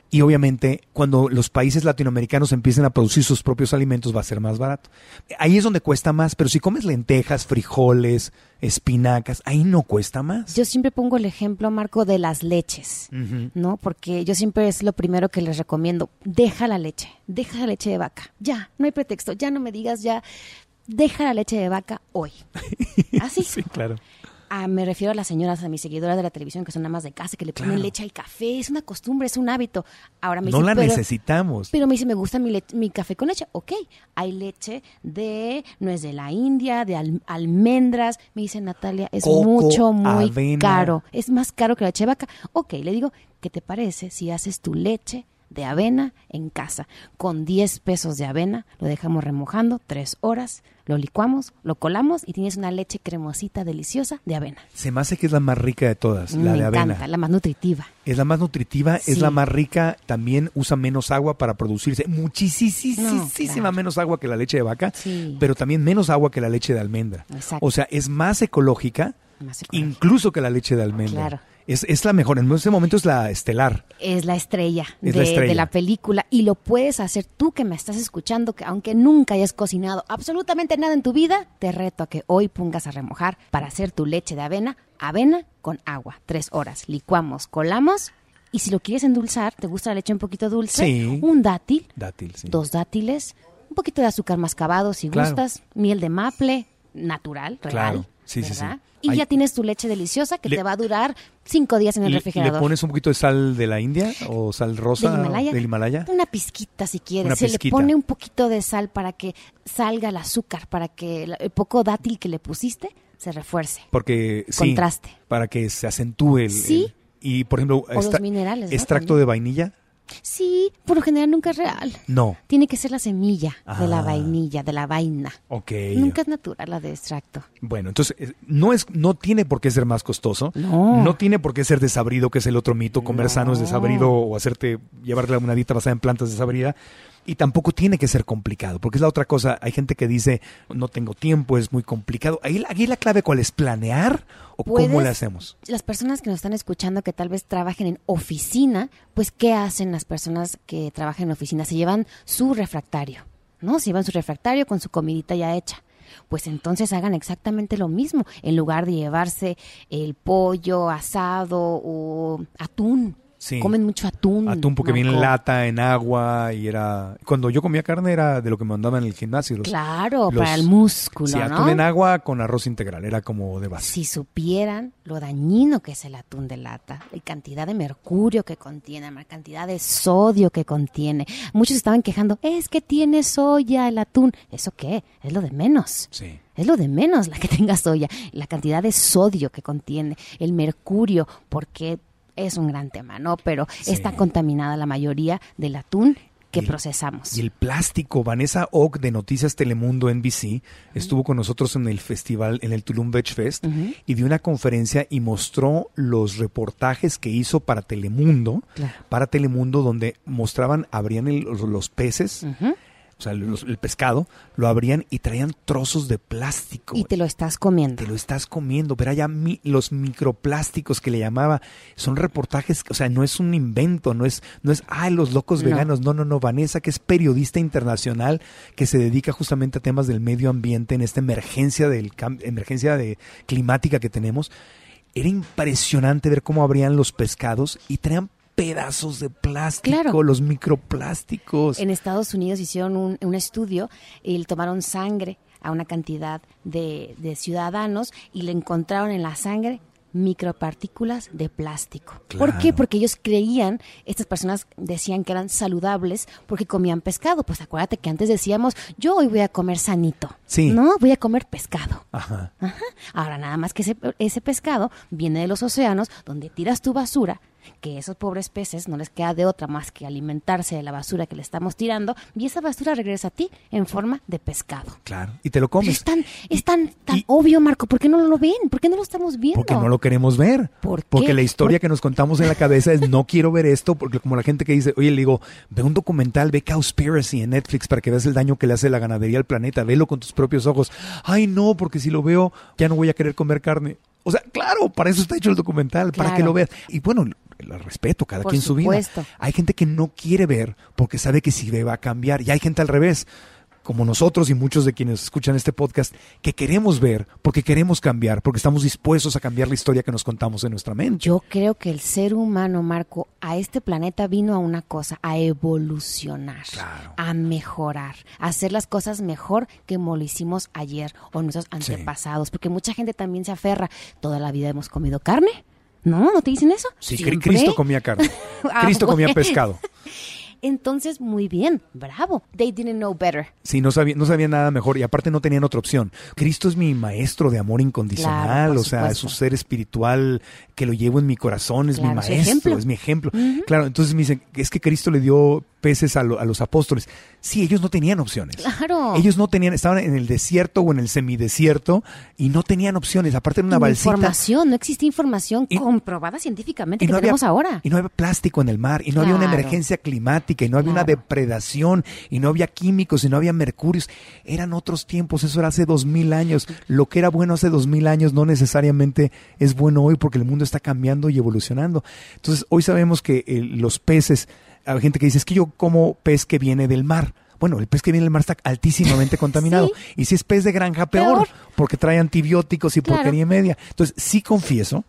Y obviamente, cuando los países latinoamericanos empiecen a producir sus propios alimentos, va a ser más barato. Ahí es donde cuesta más, pero si comes lentejas, frijoles, espinacas, ahí no cuesta más. Yo siempre pongo el ejemplo, Marco, de las leches, ¿no? Porque yo siempre es lo primero que les recomiendo. Deja la leche de vaca. Ya, no hay pretexto, ya no me digas, ya, deja la leche de vaca hoy. Así. Sí, claro. Me refiero a las señoras, a mis seguidoras de la televisión que son amas de casa, que le ponen leche al café. Es una costumbre, es un hábito. Ahora me no dice, la necesitamos. Pero me dice, me gusta mi café con leche. Ok, hay leche de nuez de la India, de almendras. Me dice, Natalia, es Coco, mucho, muy avena. caro. Es más caro que la leche de vaca. Ok, le digo, ¿qué te parece si haces tu leche de avena en casa? Con 10 pesos de avena, lo dejamos remojando 3 horas, lo licuamos, lo colamos y tienes una leche cremosita deliciosa de avena. Se me hace que es la más rica de todas, la de avena. Me encanta, la más nutritiva. Es la más nutritiva, Sí. es la más rica, también usa menos agua para producirse, muchísima No, claro. menos agua que la leche de vaca, Sí. pero también menos agua que la leche de almendra. Exacto. O sea, es más ecológica, Más ecológica. incluso que la leche de almendra. Claro. Es la mejor, en este momento es la estelar. Es la estrella, Es la estrella. de la película y lo puedes hacer tú que me estás escuchando, que aunque nunca hayas cocinado absolutamente nada en tu vida, te reto a que hoy pongas a remojar para hacer tu leche de avena con agua, 3 horas, licuamos, colamos y si lo quieres endulzar, ¿te gusta la leche un poquito dulce? Sí. Un dátil, Dátil, sí. 2 dátiles, un poquito de azúcar mascabado si Claro. gustas, miel de maple, natural, real, Claro. Sí, sí, ¿verdad? sí. Y Hay- ya tienes tu leche deliciosa que Le- te va a durar 5 días en el ¿Le refrigerador. pones un poquito de sal de la India o sal rosa Del Himalaya. Una pizquita si quieres. Una Se pizquita. le pone un poquito de sal para que salga el azúcar, para que el poco dátil que le pusiste se refuerce. Porque sí, Contraste. para que se acentúe el... Sí. y por ejemplo, los minerales, ¿no? extracto También. de vainilla, Sí, por lo general nunca es real. no. Tiene que ser la semilla de la Ah. vainilla, de la vaina. Ok. Nunca es natural la de extracto. Bueno, entonces no tiene por qué ser más costoso. No. tiene por qué ser desabrido, que es el otro mito. Comer sano es desabrido o llevarle una dieta basada en plantas desabrida. Y tampoco tiene que ser complicado, porque es la otra cosa. Hay gente que dice, no tengo tiempo, es muy complicado. Ahí la clave, ¿cuál es? ¿Planear o cómo ¿Puedes? le hacemos? Las personas que nos están escuchando que tal vez trabajen en oficina, pues ¿qué hacen las personas que trabajan en oficina? Se llevan su refractario, ¿no? Se llevan su refractario con su comidita ya hecha. Pues entonces hagan exactamente lo mismo. En lugar de llevarse el pollo asado o atún. Sí. Comen mucho atún. Atún porque viene en Marco. lata, en agua, y era... Cuando yo comía carne era de lo que me mandaban en el gimnasio. Claro, para el músculo, Sí, ¿no? atún en agua con arroz integral, era como de base. Si supieran lo dañino que es el atún de lata, la cantidad de mercurio que contiene, la cantidad de sodio que contiene. Muchos estaban quejando, es que tiene soya el atún. ¿Eso qué? Es lo de menos. Sí. Es lo de menos la que tenga soya. La cantidad de sodio que contiene, el mercurio, porque es un gran tema, ¿no? Pero Sí. está contaminada la mayoría del atún que Y- procesamos. Y el plástico. Vanessa Ock de Noticias Telemundo NBC estuvo con nosotros en el festival, en el Tulum Beach Fest, y dio una conferencia y mostró los reportajes que hizo para Telemundo, Claro. donde mostraban, abrían los peces, o sea, el pescado, lo abrían y traían trozos de plástico. Y te lo estás comiendo. Te lo estás comiendo, pero allá los microplásticos que le llamaba, son reportajes, o sea, no es un invento, no es, los locos No. veganos, no, Vanessa, que es periodista internacional, que se dedica justamente a temas del medio ambiente en esta emergencia climática que tenemos. Era impresionante ver cómo abrían los pescados y traían pedazos de plástico, Claro. los microplásticos. En Estados Unidos hicieron un estudio y le tomaron sangre a una cantidad de ciudadanos y le encontraron en la sangre micropartículas de plástico. ¿Por Claro. qué? Porque ellos creían, estas personas decían que eran saludables porque comían pescado. Pues acuérdate que antes decíamos, yo hoy voy a comer sanito. Sí. No, voy a comer pescado. Ajá. Ajá. Ahora, nada más que ese pescado viene de los océanos donde tiras tu basura, que esos pobres peces no les queda de otra más que alimentarse de la basura que le estamos tirando, y esa basura regresa a ti en forma de pescado. Claro. Y te lo Pero comes. es tan y- obvio, Marco. ¿Por qué no lo ven? ¿Por qué no lo estamos viendo? Porque no lo queremos ver. ¿Por qué? Porque la historia que nos contamos en la cabeza es no quiero ver esto, porque como la gente que dice, oye, le digo, ve un documental, ve Cowspiracy en Netflix para que veas el daño que le hace la ganadería al planeta, velo con tus propios ojos. Ay, no, porque si lo veo ya no voy a querer comer carne. O sea, claro, para eso está hecho el documental, para Claro. que lo veas. Y bueno, lo respeto, cada Por quien su vida. supuesto. Hay gente que no quiere ver porque sabe que si ve va a cambiar. Y hay gente al revés, como nosotros y muchos de quienes escuchan este podcast, que queremos ver porque queremos cambiar, porque estamos dispuestos a cambiar la historia que nos contamos en nuestra mente. Yo creo que el ser humano, Marco, a este planeta vino a una cosa, a evolucionar, Claro. a mejorar, a hacer las cosas mejor que como lo hicimos ayer o nuestros antepasados, porque mucha gente también se aferra. Toda la vida hemos comido carne, ¿no? ¿No te dicen eso? Sí, ¿Siempre? Cristo comía carne. Ah, Cristo comía bueno. pescado. Entonces, muy bien, bravo. They didn't know better. Sí, no sabía nada mejor y aparte no tenían otra opción. Cristo es mi maestro de amor incondicional, Claro, por o sea, es supuesto. un ser espiritual que lo llevo en mi corazón, es Claro, mi su maestro, ejemplo. es mi ejemplo. Claro, entonces me dicen, es que Cristo le dio peces a los apóstoles. Sí, ellos no tenían opciones. Claro. Ellos no tenían, estaban en el desierto o en el semidesierto y no tenían opciones. Aparte de una Y balsita. información, no existe información Y- comprobada científicamente Y que no tenemos ahora. Y no había plástico en el mar, y no había una Claro. emergencia climática, y no había una Claro. depredación, y no había químicos, y no había mercurios. Eran otros tiempos, eso era hace 2000 años. Lo que era bueno hace 2000 años no necesariamente es bueno hoy porque el mundo está cambiando y evolucionando. Entonces, hoy sabemos que los peces, hay gente que dice, es que yo como pez que viene del mar. Bueno, el pez que viene del mar está altísimamente contaminado. Y si es pez de granja, peor, porque trae antibióticos y Claro. porquería y media. Entonces, sí confieso,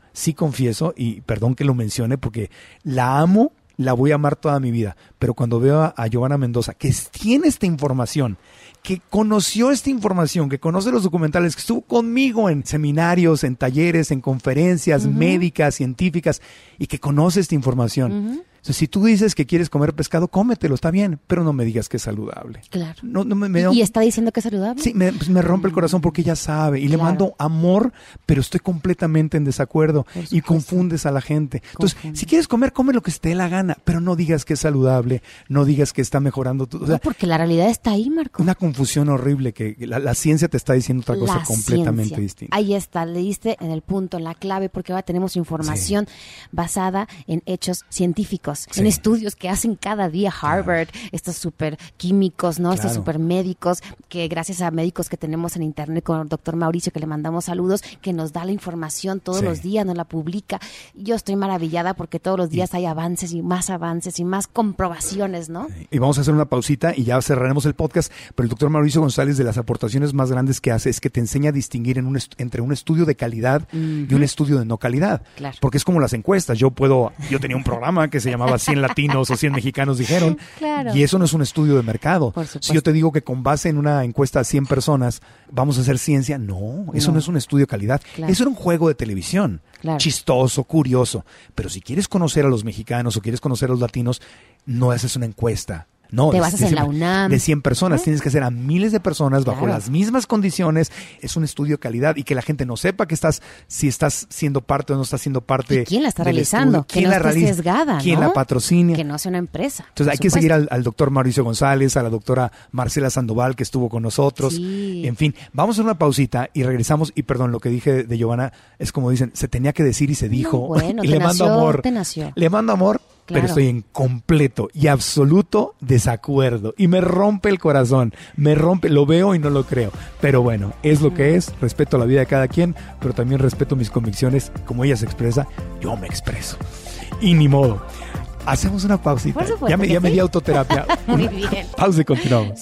y perdón que lo mencione, porque la amo, la voy a amar toda mi vida. Pero cuando veo a Giovanna Mendoza, que tiene esta información, que conoció esta información, que conoce los documentales, que estuvo conmigo en seminarios, en talleres, en conferencias médicas, científicas, y que conoce esta información. Entonces, si tú dices que quieres comer pescado, cómetelo, está bien, pero no me digas que es saludable. Claro. No me da ¿Y está diciendo que es saludable? Sí, me rompe el corazón porque ella sabe y le Claro. mando amor, pero estoy completamente en desacuerdo Por y supuesto. confundes a la gente. Entonces, Confunde. si quieres comer, come lo que se te dé la gana, pero no digas que es saludable, no digas que está mejorando tu... O sea, No, porque la realidad está ahí, Marco. una confusión horrible que la ciencia te está diciendo otra cosa La completamente ciencia. distinta. Ahí está, le diste en el punto, en la clave, porque ahora tenemos información basada en hechos científicos, Sí. en estudios que hacen cada día Harvard, estos super químicos, ¿no? Estos Claro. super médicos, que gracias a médicos que tenemos en internet con el doctor Mauricio, que le mandamos saludos, que nos da la información todos Sí. los días, nos la publica. Yo estoy maravillada porque todos los días hay avances y más comprobaciones, ¿no? Y vamos a hacer una pausita y ya cerraremos el podcast, pero el doctor Mauricio González, de las aportaciones más grandes que hace es que te enseña a distinguir entre un estudio de calidad y un estudio de no calidad. Claro. Porque es como las encuestas. Yo tenía un programa que se llamaba 100 latinos o 100 mexicanos dijeron, Claro. y eso no es un estudio de mercado. Por supuesto. Si yo te digo que con base en una encuesta a 100 personas vamos a hacer ciencia, eso no es un estudio de calidad. Claro. Eso era un juego de televisión. Claro. Chistoso, curioso. Pero si quieres conocer a los mexicanos o quieres conocer a los latinos, no haces una encuesta. No, Te basas en la UNAM. De 100 personas. Tienes que hacer a miles de personas bajo Claro. las mismas condiciones. Es un estudio de calidad y que la gente no sepa que si estás siendo parte o no estás siendo parte. ¿Y quién la está del realizando? estudio, Que quién no la esté realiza, sesgada, quién ¿no? la patrocina. Que no sea una empresa. Entonces por hay que supuesto. seguir al doctor Mauricio González, a la doctora Marcela Sandoval, que estuvo con nosotros. Sí. En fin, vamos a hacer una pausita y regresamos. Y perdón, lo que dije de Giovanna es como dicen, se tenía que decir y se dijo. bueno, y te le mando nació, amor. te nació. Le mando amor, Claro. pero estoy en completo y absoluto desacuerdo. Y me rompe el corazón, lo veo y no lo creo. Pero bueno, es lo que es, respeto la vida de cada quien, pero también respeto mis convicciones. Como ella se expresa, yo me expreso. Y ni modo. Hacemos una pausita. Por supuesto Ya me que di sí. autoterapia. Muy Una bien. Pausa y continuamos.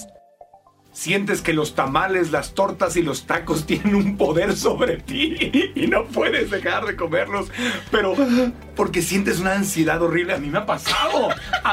Sientes que los tamales, las tortas y los tacos tienen un poder sobre ti y no puedes dejar de comerlos, pero porque sientes una ansiedad horrible. A mí me ha pasado,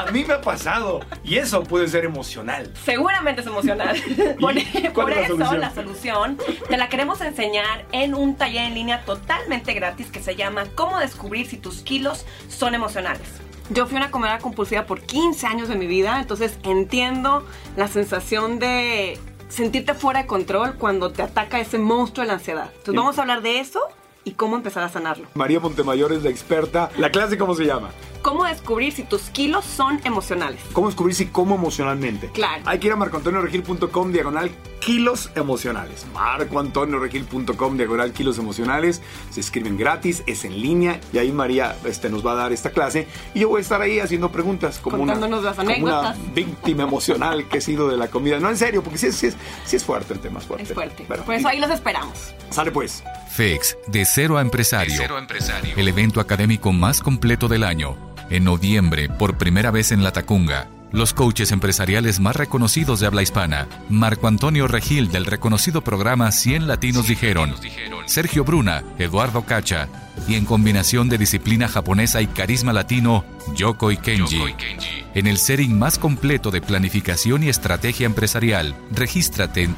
y eso puede ser emocional. Seguramente es emocional. ¿Y Por cuál es la eso solución? la solución te la queremos enseñar en un taller en línea totalmente gratis que se llama ¿Cómo descubrir si tus kilos son emocionales? Yo fui una comedora compulsiva por 15 años de mi vida, entonces entiendo la sensación de sentirte fuera de control cuando te ataca ese monstruo de la ansiedad. Entonces vamos a hablar de eso y cómo empezar a sanarlo. María Montemayor es la experta. ¿La clase cómo se llama? ¿Cómo descubrir si tus kilos son emocionales? ¿Cómo descubrir si como emocionalmente? Claro. Hay que ir a marcoantonioregil.com/kilos emocionales. marcoantonioregil.com/kilos emocionales. Se escriben gratis, es en línea y ahí María nos va a dar esta clase y yo voy a estar ahí haciendo preguntas como Contándonos las como anécdotas. una víctima emocional que he sido de la comida. No, en serio, porque sí es fuerte el tema, es fuerte. Es fuerte. Bueno, Por eso ahí los esperamos. sale pues. FEX, de cero a empresario. El evento académico más completo del año. En noviembre, por primera vez en La Tacunga. Los coaches empresariales más reconocidos de habla hispana. Marco Antonio Regil, del reconocido programa 100 Latinos Dijeron. Sergio Bruna, Eduardo Cacha. Y en combinación de disciplina japonesa y carisma latino, Yokoi Kenji. En el setting más completo de planificación y estrategia empresarial, regístrate en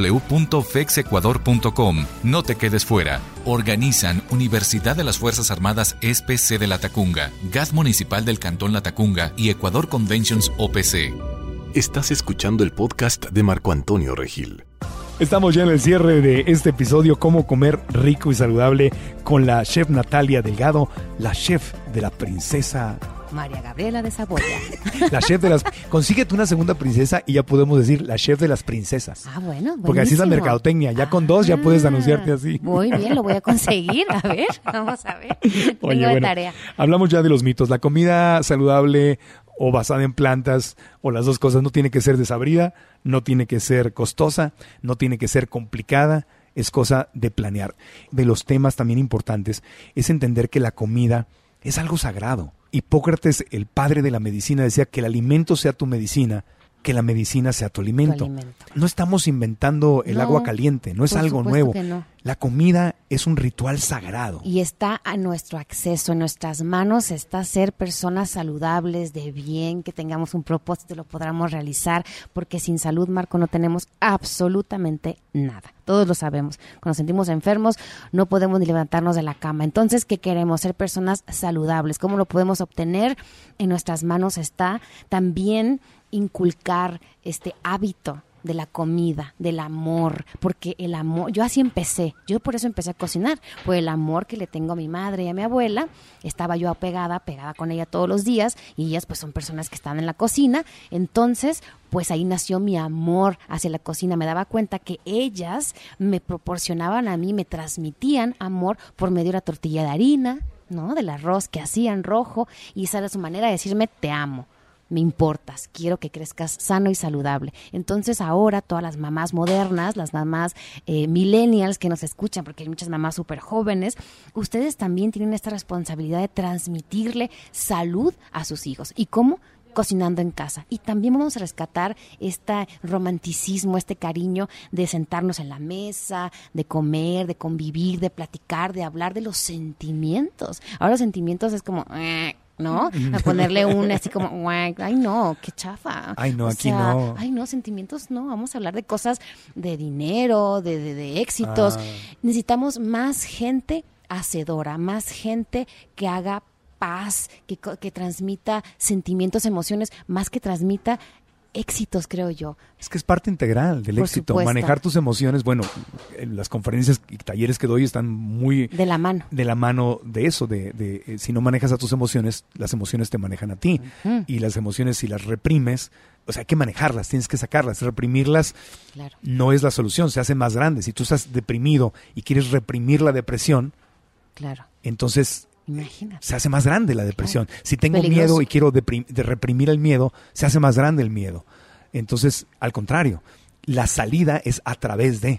www.fexecuador.com. No te quedes fuera. Organizan Universidad de las Fuerzas Armadas SPC de La Tacunga, GAD Municipal del Cantón La Tacunga y Ecuador Conventions OPC. Estás escuchando el podcast de Marco Antonio Regil. Estamos ya en el cierre de este episodio, Cómo comer rico y saludable, con la chef Natalia Delgado, la chef de la princesa María Gabriela de Saboya. La chef de las... Consíguete una segunda princesa y ya podemos decir la chef de las princesas. Ah, bueno, buenísimo. Porque así es la mercadotecnia. Ya con dos ya puedes anunciarte así. Muy bien, lo voy a conseguir. A ver, vamos a ver. Oye, Tengo de tarea. Hablamos ya de los mitos. La comida saludable o basada en plantas o las dos cosas no tiene que ser desabrida, no tiene que ser costosa, no tiene que ser complicada. Es cosa de planear. De los temas también importantes es entender que la comida es algo sagrado. Hipócrates, el padre de la medicina, decía que el alimento sea tu medicina, que la medicina sea tu alimento. No estamos inventando el agua caliente, no es algo nuevo. No. La comida es un ritual sagrado. Y está a nuestro acceso, en nuestras manos está ser personas saludables, de bien, que tengamos un propósito y lo podamos realizar, porque sin salud, Marco, no tenemos absolutamente nada. Todos lo sabemos. Cuando nos sentimos enfermos, no podemos ni levantarnos de la cama. Entonces, ¿qué queremos? Ser personas saludables. ¿Cómo lo podemos obtener? En nuestras manos está también inculcar este hábito de la comida, del amor, porque el amor, yo así empecé, yo por eso empecé a cocinar, por el amor que le tengo a mi madre y a mi abuela. Estaba yo pegada con ella todos los días, y ellas pues son personas que están en la cocina. Entonces pues ahí nació mi amor hacia la cocina. Me daba cuenta que ellas me proporcionaban a mí, me transmitían amor por medio de la tortilla de harina, ¿no? Del arroz que hacían rojo, y esa era su manera de decirme te amo. Me importas, quiero que crezcas sano y saludable. Entonces ahora todas las mamás modernas, las mamás millennials que nos escuchan, porque hay muchas mamás súper jóvenes, ustedes también tienen esta responsabilidad de transmitirle salud a sus hijos. ¿Y cómo? Cocinando en casa. Y también vamos a rescatar este romanticismo, este cariño de sentarnos en la mesa, de comer, de convivir, de platicar, de hablar de los sentimientos. Ahora los sentimientos es como... ¿no? A ponerle un así como, ay no, qué chafa. Ay no, aquí no. Ay no, sentimientos no, vamos a hablar de cosas de dinero, de éxitos. Necesitamos más gente hacedora, más gente que haga paz, que transmita sentimientos, emociones, más que transmita éxitos, creo yo. Es que es parte integral del éxito. Supuesto. Manejar tus emociones, bueno, las conferencias y talleres que doy están muy... De la mano de eso, de si no manejas a tus emociones, las emociones te manejan a ti. Uh-huh. Y las emociones, si las reprimes, o sea, hay que manejarlas, tienes que sacarlas. Reprimirlas no es la solución, se hace más grande. Si tú estás deprimido y quieres reprimir la depresión, entonces... Imagínate. Se hace más grande la depresión. Si tengo miedo y quiero reprimir el miedo, se hace más grande el miedo. Entonces, al contrario, la salida es a través de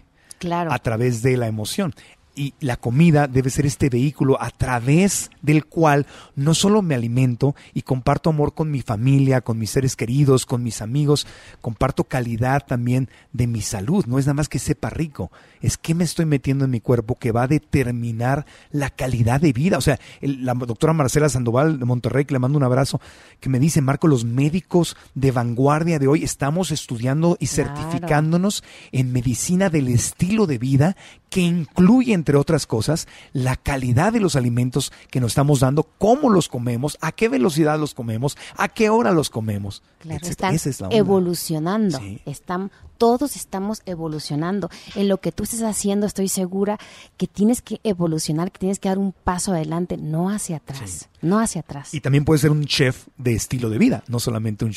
la emoción. Y la comida debe ser este vehículo a través del cual no solo me alimento y comparto amor con mi familia, con mis seres queridos, con mis amigos, comparto calidad también de mi salud. No es nada más que sepa rico, es qué me estoy metiendo en mi cuerpo que va a determinar la calidad de vida. O sea, la doctora Marcela Sandoval de Monterrey, que le mando un abrazo, que me dice, Marco, los médicos de vanguardia de hoy estamos estudiando y certificándonos en medicina del estilo de vida, que incluye, entre otras cosas, la calidad de los alimentos que nos estamos dando, cómo los comemos, a qué velocidad los comemos, a qué hora los comemos. Claro, están evolucionando. Sí. Todos estamos evolucionando. En lo que tú estés haciendo, estoy segura que tienes que evolucionar, que tienes que dar un paso adelante, no hacia atrás. No hacia atrás. Y también puedes ser un chef de estilo de vida, no solamente un chef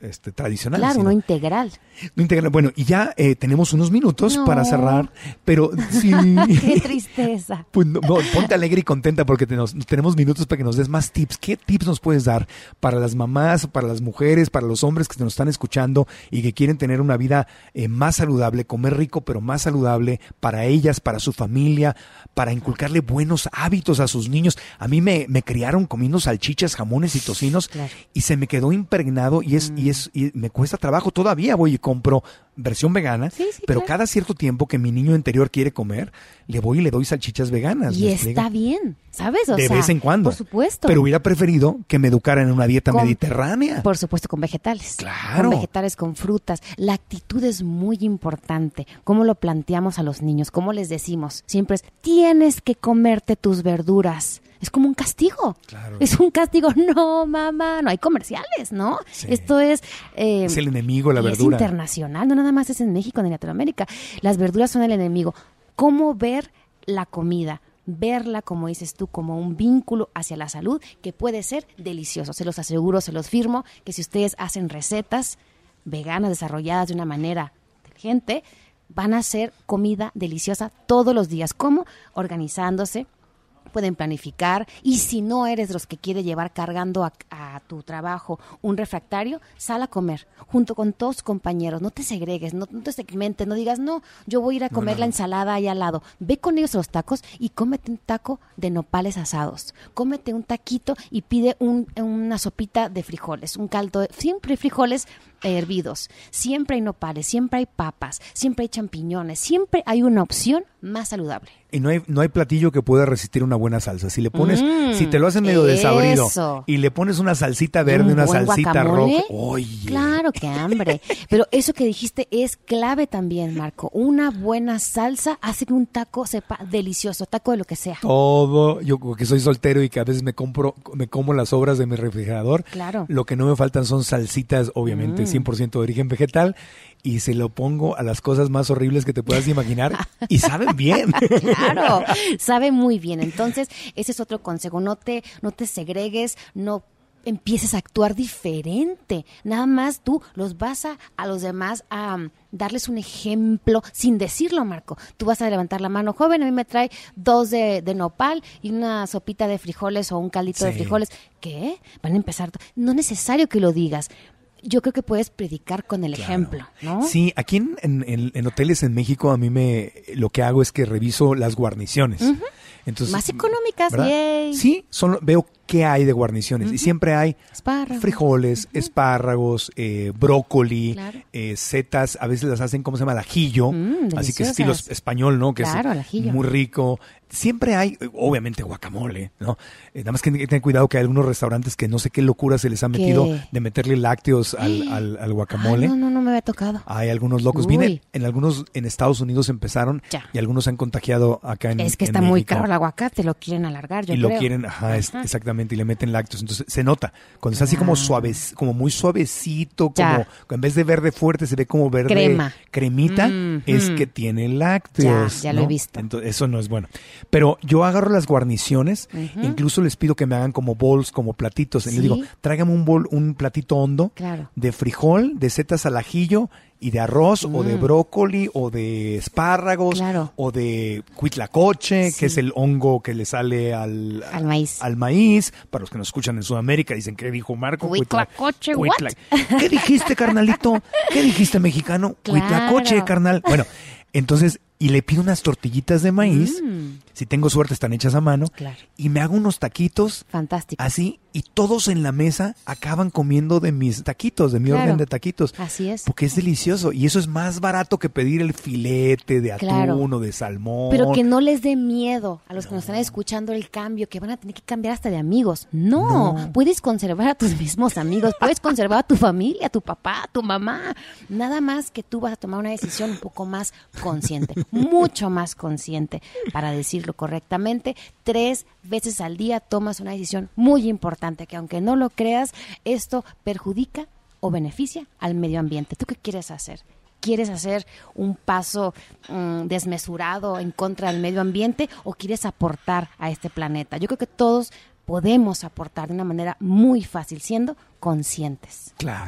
tradicional. Claro, sino, no integral. no integral. Bueno, y ya tenemos unos minutos para cerrar, pero sí. Qué tristeza. Pues no, ponte alegre y contenta porque tenemos minutos para que nos des más tips. ¿Qué tips nos puedes dar para las mamás, para las mujeres, para los hombres que nos están escuchando y que quieren tener una vida más saludable, comer rico pero más saludable para ellas, para su familia, para inculcarle buenos hábitos a sus niños? A mí me criaron comiendo salchichas, jamones y tocinos, Claro. y se me quedó impregnado y me cuesta trabajo. Todavía voy y compro versión vegana, Sí, pero claro. cada cierto tiempo que mi niño interior quiere comer, le voy y le doy salchichas veganas. Y ¿me explico? está bien, ¿sabes? O De sea, vez en cuando. Por supuesto. Pero hubiera preferido que me educaran en una dieta Con- mediterránea. Por supuesto, con vegetales. Claro. Con vegetales, con frutas. La actitud es muy importante. ¿Cómo lo planteamos a los niños? ¿Cómo les decimos? Siempre es, tienes que comerte tus verduras. Es como un castigo. Claro. Es un castigo. No, mamá, no hay comerciales, ¿no? Sí. Esto es... Es el enemigo, la y verdura. Es internacional, no nada más es en México ni en Latinoamérica. Las verduras son el enemigo. ¿Cómo ver la comida? Verla, como dices tú, como un vínculo hacia la salud que puede ser delicioso. Se los aseguro, se los firmo, que si ustedes hacen recetas veganas desarrolladas de una manera inteligente, van a hacer comida deliciosa todos los días. ¿Cómo? Organizándose. Pueden planificar, y si no eres de los que quiere llevar cargando a tu trabajo un refractario, sal a comer junto con todos tus compañeros. No te segregues, no te segmentes, no digas, no, yo voy a ir a comer la ensalada ahí al lado. Ve con ellos a los tacos y cómete un taco de nopales asados. Cómete un taquito y pide una sopita de frijoles, un caldo, siempre hay frijoles hervidos, siempre hay nopales, siempre hay papas, siempre hay champiñones, siempre hay una opción más saludable. Y no hay platillo que pueda resistir una buena salsa. Si le pones, si te lo haces medio desabrido eso. y le pones una salsita verde, Un una buen salsita guacamole. roja. Oye. Claro, qué hambre. Pero eso que dijiste es clave también, Marco. Una buena salsa hace que un taco sepa delicioso, taco de lo que sea. Todo, yo que soy soltero y que a veces me como las sobras de mi refrigerador. Claro. Lo que no me faltan son salsitas, obviamente, 100% de origen vegetal, y se lo pongo a las cosas más horribles que te puedas imaginar y saben bien. Claro, sabe muy bien. Entonces, ese es otro consejo. No te segregues, no empieces a actuar diferente. Nada más tú los vas a los demás a darles un ejemplo sin decirlo, Marco. Tú vas a levantar la mano, joven, a mí me trae 2 de nopal y una sopita de frijoles o un caldito de Sí. frijoles. ¿Qué? Van a empezar. No es necesario que lo digas. Yo creo que puedes predicar con el ejemplo, ¿no? Sí, aquí en hoteles en México a mí lo que hago es que reviso las guarniciones. Entonces, Más económicas, ¿verdad? yay. Sí, veo qué hay de guarniciones y siempre hay Espárragos. frijoles, espárragos, brócoli, Claro. setas, a veces las hacen, ¿cómo se llama? Al ajillo, así que estilo deliciosas. español, ¿no? Que Claro, al es ajillo. muy rico. Siempre hay, obviamente, guacamole, ¿no? Nada más que hay que tener cuidado que hay algunos restaurantes que no sé qué locura se les ha metido ¿Qué? de meterle lácteos al guacamole. Ah, no me había tocado. Hay algunos locos. Uy. En Estados Unidos empezaron Ya. y algunos han contagiado acá en Es que en está muy México. caro el aguacate, lo quieren alargar, yo Y creo. lo quieren, exactamente, y le meten lácteos. Entonces se nota. Cuando está así como suave, como muy suavecito, Ya. como en vez de verde fuerte, se ve como verde cremita, es que tiene lácteos. Ya lo ¿no? he visto. Entonces, eso no es bueno. Pero yo agarro las guarniciones, incluso les pido que me hagan como bowls, como platitos. Y les Sí. digo, tráigame un platito hondo Claro. de frijol, de setas al ajillo y de arroz o de brócoli o de espárragos Claro. o de cuitlacoche, Sí. que es el hongo que le sale al maíz. Al maíz. Para los que nos escuchan en Sudamérica, dicen, ¿qué dijo Marco? Cuitlacoche, what? ¿Qué dijiste, carnalito? ¿Qué dijiste, mexicano? Claro. Cuitlacoche, carnal. Bueno, entonces, y le pido unas tortillitas de maíz. Si tengo suerte, están hechas a mano. Claro. Y me hago unos taquitos Fantástico. así, y todos en la mesa acaban comiendo de mis taquitos, de mi Claro. orden de taquitos. Así es. Porque es delicioso. Y eso es más barato que pedir el filete de atún Claro. o de salmón. Pero que no les dé miedo a los que nos están escuchando el cambio, que van a tener que cambiar hasta de amigos. No, puedes conservar a tus mismos amigos, puedes conservar a tu familia, a tu papá, a tu mamá. Nada más que tú vas a tomar una decisión un poco más consciente, mucho más consciente, para decirlo correctamente. 3 veces al día tomas una decisión muy importante, que aunque no lo creas, esto perjudica o beneficia al medio ambiente. ¿Tú qué quieres hacer? ¿Quieres hacer un paso desmesurado en contra del medio ambiente o quieres aportar a este planeta? Yo creo que todos podemos aportar de una manera muy fácil, siendo conscientes. Claro.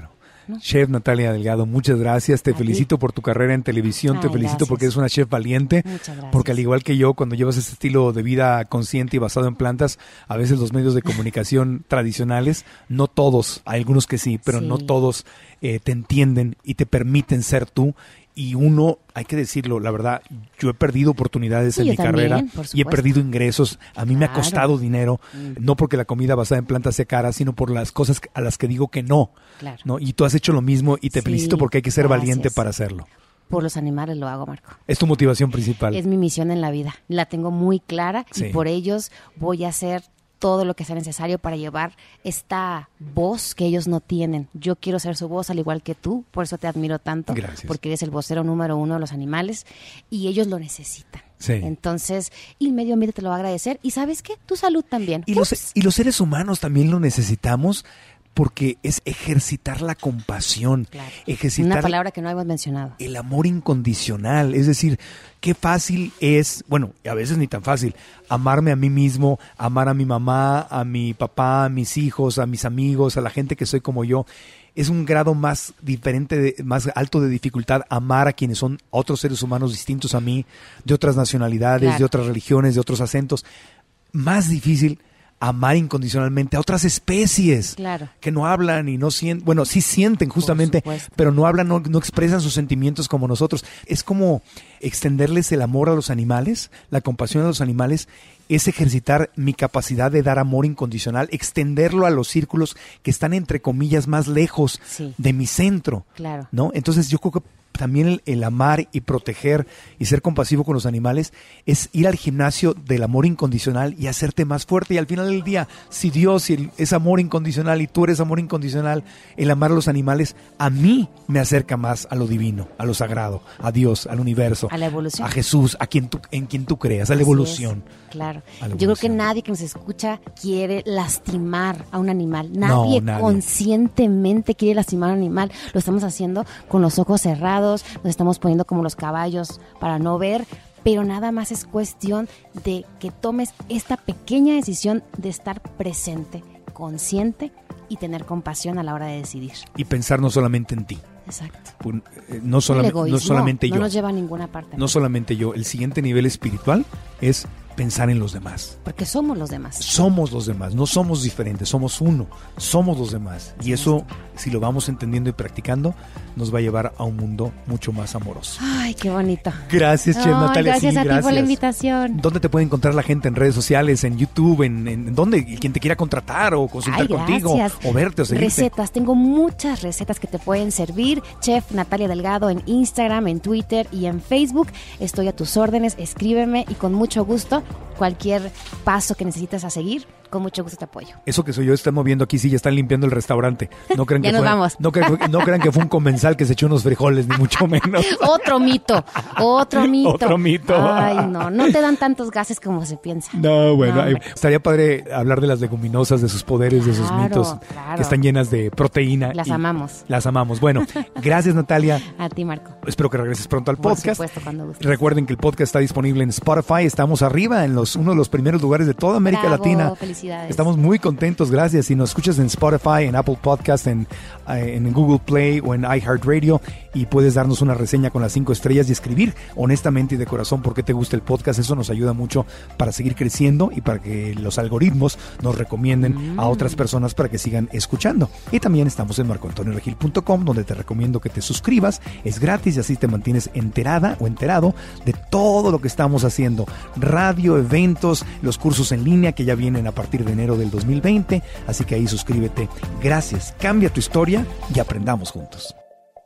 ¿no? Chef Natalia Delgado, muchas gracias. Te felicito por tu carrera en televisión. Te felicito gracias. porque eres una chef valiente. Muchas gracias. Porque al igual que yo, cuando llevas este estilo de vida consciente y basado en plantas, a veces los medios de comunicación tradicionales, no todos, hay algunos que sí, pero no todos te entienden y te permiten ser tú. Y uno, hay que decirlo, la verdad, yo he perdido oportunidades en mi carrera y he perdido ingresos. A mí me ha costado dinero, no porque la comida basada en plantas sea cara, sino por las cosas a las que digo que no. Claro. ¿No? Y tú has hecho lo mismo y te felicito porque hay que ser valiente para hacerlo. Por los animales lo hago, Marco. Es tu motivación principal. Es mi misión en la vida. La tengo muy clara Sí. y por ellos voy a hacer todo lo que sea necesario para llevar esta voz que ellos no tienen. Yo quiero ser su voz al igual que tú, por eso te admiro tanto. Gracias. Porque eres el vocero número 1 de los animales y ellos lo necesitan. Sí. Entonces, y el medio ambiente te lo va a agradecer. ¿Y sabes qué? Tu salud también. Y los seres humanos también lo necesitamos porque es ejercitar la compasión, Claro. ejercitar Una palabra que no habíamos mencionado. el amor incondicional. Es decir, qué fácil es, bueno, a veces ni tan fácil, amarme a mí mismo, amar a mi mamá, a mi papá, a mis hijos, a mis amigos, a la gente que soy como yo. Es un grado más diferente, más alto de dificultad amar a quienes son otros seres humanos distintos a mí, de otras nacionalidades, Claro. de otras religiones, de otros acentos. Más difícil amar incondicionalmente a otras especies Claro. que no hablan y no sienten, bueno, sí sienten justamente, supuesto. pero no hablan, no expresan sus sentimientos como nosotros. Es como extenderles el amor a los animales, la compasión a los animales, es ejercitar mi capacidad de dar amor incondicional, extenderlo a los círculos que están entre comillas más lejos Sí. de mi centro, Claro. ¿no? Entonces yo creo que también el amar y proteger y ser compasivo con los animales es ir al gimnasio del amor incondicional y hacerte más fuerte. Y al final del día, si Dios es amor incondicional y tú eres amor incondicional, el amar a los animales a mí me acerca más a lo divino, a lo sagrado, a Dios, al universo, A la evolución. a Jesús, en quien tú creas, a la Así evolución. es, claro. A la Yo creo que evolución. nadie que nos escucha quiere lastimar a un animal. Nadie, nadie. conscientemente quiere lastimar a un animal. Lo estamos haciendo con los ojos cerrados, nos estamos poniendo como los caballos para no ver, pero nada más es cuestión de que tomes esta pequeña decisión de estar presente, consciente y tener compasión a la hora de decidir. Y pensar no solamente en ti. Exacto. No, El egoísmo no solamente yo. no nos lleva a ninguna parte. No solamente yo. El siguiente nivel espiritual es pensar en los demás. Porque somos los demás. Somos los demás, no somos diferentes, somos uno, somos los demás. Y eso, si lo vamos entendiendo y practicando, nos va a llevar a un mundo mucho más amoroso. Ay, qué bonito. Gracias, Chef Ay, Natalia. gracias Sí, a ti por la gracias. invitación. ¿Dónde te puede encontrar la gente? ¿En redes sociales? ¿En YouTube? ¿En dónde? Quien te quiera contratar o consultar Ay, contigo gracias. o verte o seguirte. Recetas, tengo muchas recetas que te pueden servir. Chef Natalia Delgado en Instagram, en Twitter y en Facebook. Estoy a tus órdenes, escríbeme y con mucho gusto cualquier paso que necesites a seguir, con mucho gusto te apoyo. Eso que soy yo, estamos viendo aquí, sí, ya están limpiando el restaurante. No crean Ya que nos fue, vamos. No crean que fue un comensal que se echó unos frijoles, ni mucho menos. Otro mito, otro mito. Otro mito. Ay, no te dan tantos gases como se piensa. No, bueno, No, ay, hombre. estaría padre hablar de las leguminosas, de sus poderes, de sus Claro, mitos, claro. que están llenas de proteína. Las y amamos. Las amamos. Bueno, gracias Natalia. A ti, Marco. Espero que regreses pronto al Por podcast. supuesto, cuando gustes. Recuerden que el podcast está disponible en Spotify. Estamos arriba en uno de los primeros lugares de toda América Bravo, Latina. felicidades. Estamos muy contentos, gracias. Si nos escuchas en Spotify, en Apple Podcast, en Google Play o en iHeartRadio, y puedes darnos una reseña con las 5 estrellas y escribir honestamente y de corazón por qué te gusta el podcast. Eso nos ayuda mucho para seguir creciendo y para que los algoritmos nos recomienden a otras personas para que sigan escuchando. Y también estamos en marcoantonioregil.com, donde te recomiendo que te suscribas. Es gratis y así te mantienes enterada o enterado de todo lo que estamos haciendo. Radio, eventos, los cursos en línea que ya vienen a partir de enero del 2020. Así que ahí suscríbete. Gracias. Cambia tu historia y aprendamos juntos.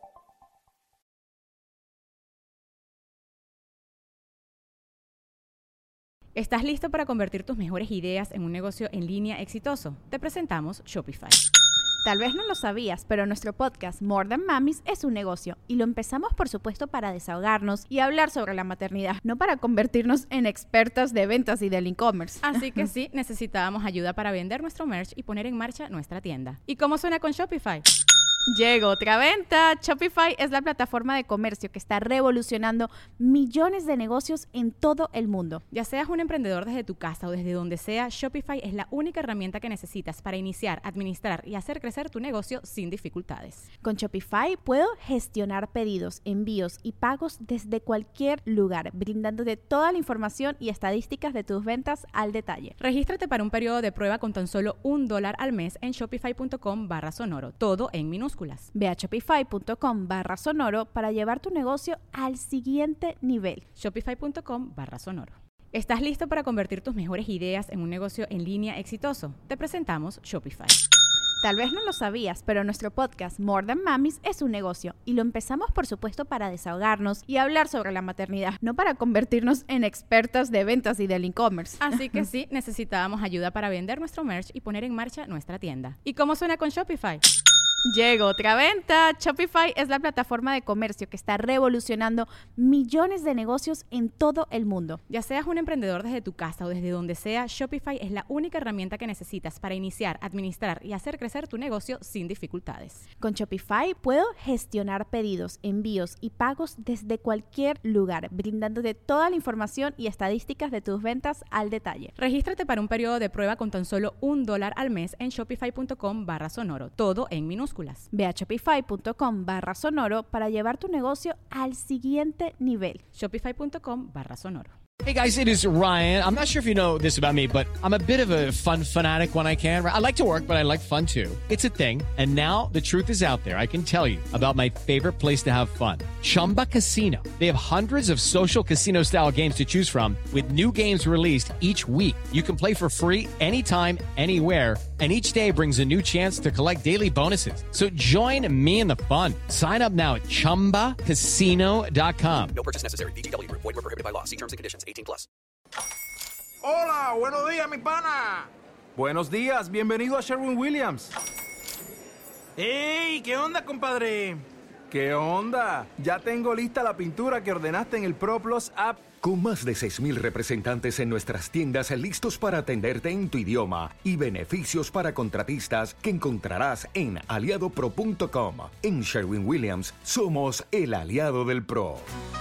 ¿Estás listo para convertir tus mejores ideas en un negocio en línea exitoso? Te presentamos Shopify. Tal vez no lo sabías, pero nuestro podcast More Than Mamis es un negocio y lo empezamos por supuesto para desahogarnos y hablar sobre la maternidad, no para convertirnos en expertas de ventas y del e-commerce. Así que sí, necesitábamos ayuda para vender nuestro merch y poner en marcha nuestra tienda. ¿Y cómo suena con Shopify? Llegó otra venta. Shopify es la plataforma de comercio que está revolucionando millones de negocios en todo el mundo. Ya seas un emprendedor desde tu casa o desde donde sea, Shopify es la única herramienta que necesitas para iniciar, administrar y hacer crecer tu negocio sin dificultades. Con Shopify puedo gestionar pedidos, envíos y pagos desde cualquier lugar, brindándote toda la información y estadísticas de tus ventas al detalle. Regístrate para un periodo de prueba con tan solo $1 al mes en shopify.com/sonoro, todo en minúsculas. Ve a shopify.com/sonoro para llevar tu negocio al siguiente nivel. Shopify.com/sonoro. ¿Estás listo para convertir tus mejores ideas en un negocio en línea exitoso? Te presentamos Shopify. Tal vez no lo sabías, pero nuestro podcast More Than Mamis es un negocio y lo empezamos por supuesto para desahogarnos y hablar sobre la maternidad, no para convertirnos en expertas de ventas y del e-commerce. Así que sí, necesitábamos ayuda para vender nuestro merch y poner en marcha nuestra tienda. ¿Y cómo suena con Shopify? Llegó otra venta. Shopify es la plataforma de comercio que está revolucionando millones de negocios en todo el mundo. Ya seas un emprendedor desde tu casa o desde donde sea, Shopify es la única herramienta que necesitas para iniciar, administrar y hacer crecer tu negocio sin dificultades. Con Shopify puedo gestionar pedidos, envíos y pagos desde cualquier lugar, brindándote toda la información y estadísticas de tus ventas al detalle. Regístrate para un periodo de prueba con tan solo $1 al mes en shopify.com/sonoro, todo en minúsculas. Ve a shopify.com/sonoro para llevar tu negocio al siguiente nivel. Shopify.com/sonoro. Hey guys, it is Ryan. I'm not sure if you know this about me, but I'm a bit of a fun fanatic when I can. I like to work, but I like fun too. It's a thing. And now the truth is out there. I can tell you about my favorite place to have fun. Chumba Casino. They have hundreds of social casino style games to choose from with new games released each week. You can play for free anytime, anywhere. And each day brings a new chance to collect daily bonuses. So join me in the fun. Sign up now at ChumbaCasino.com. No purchase necessary. VGW Group. Void where prohibited by law. See terms and conditions. 18+. Hola, buenos días, mi pana. Buenos días, bienvenido a Sherwin-Williams. ¡Ey! ¿Qué onda, compadre? ¿Qué onda? Ya tengo lista la pintura que ordenaste en el ProPlus app. Con más de 6,000 representantes en nuestras tiendas listos para atenderte en tu idioma y beneficios para contratistas que encontrarás en aliadopro.com. En Sherwin-Williams somos el aliado del pro.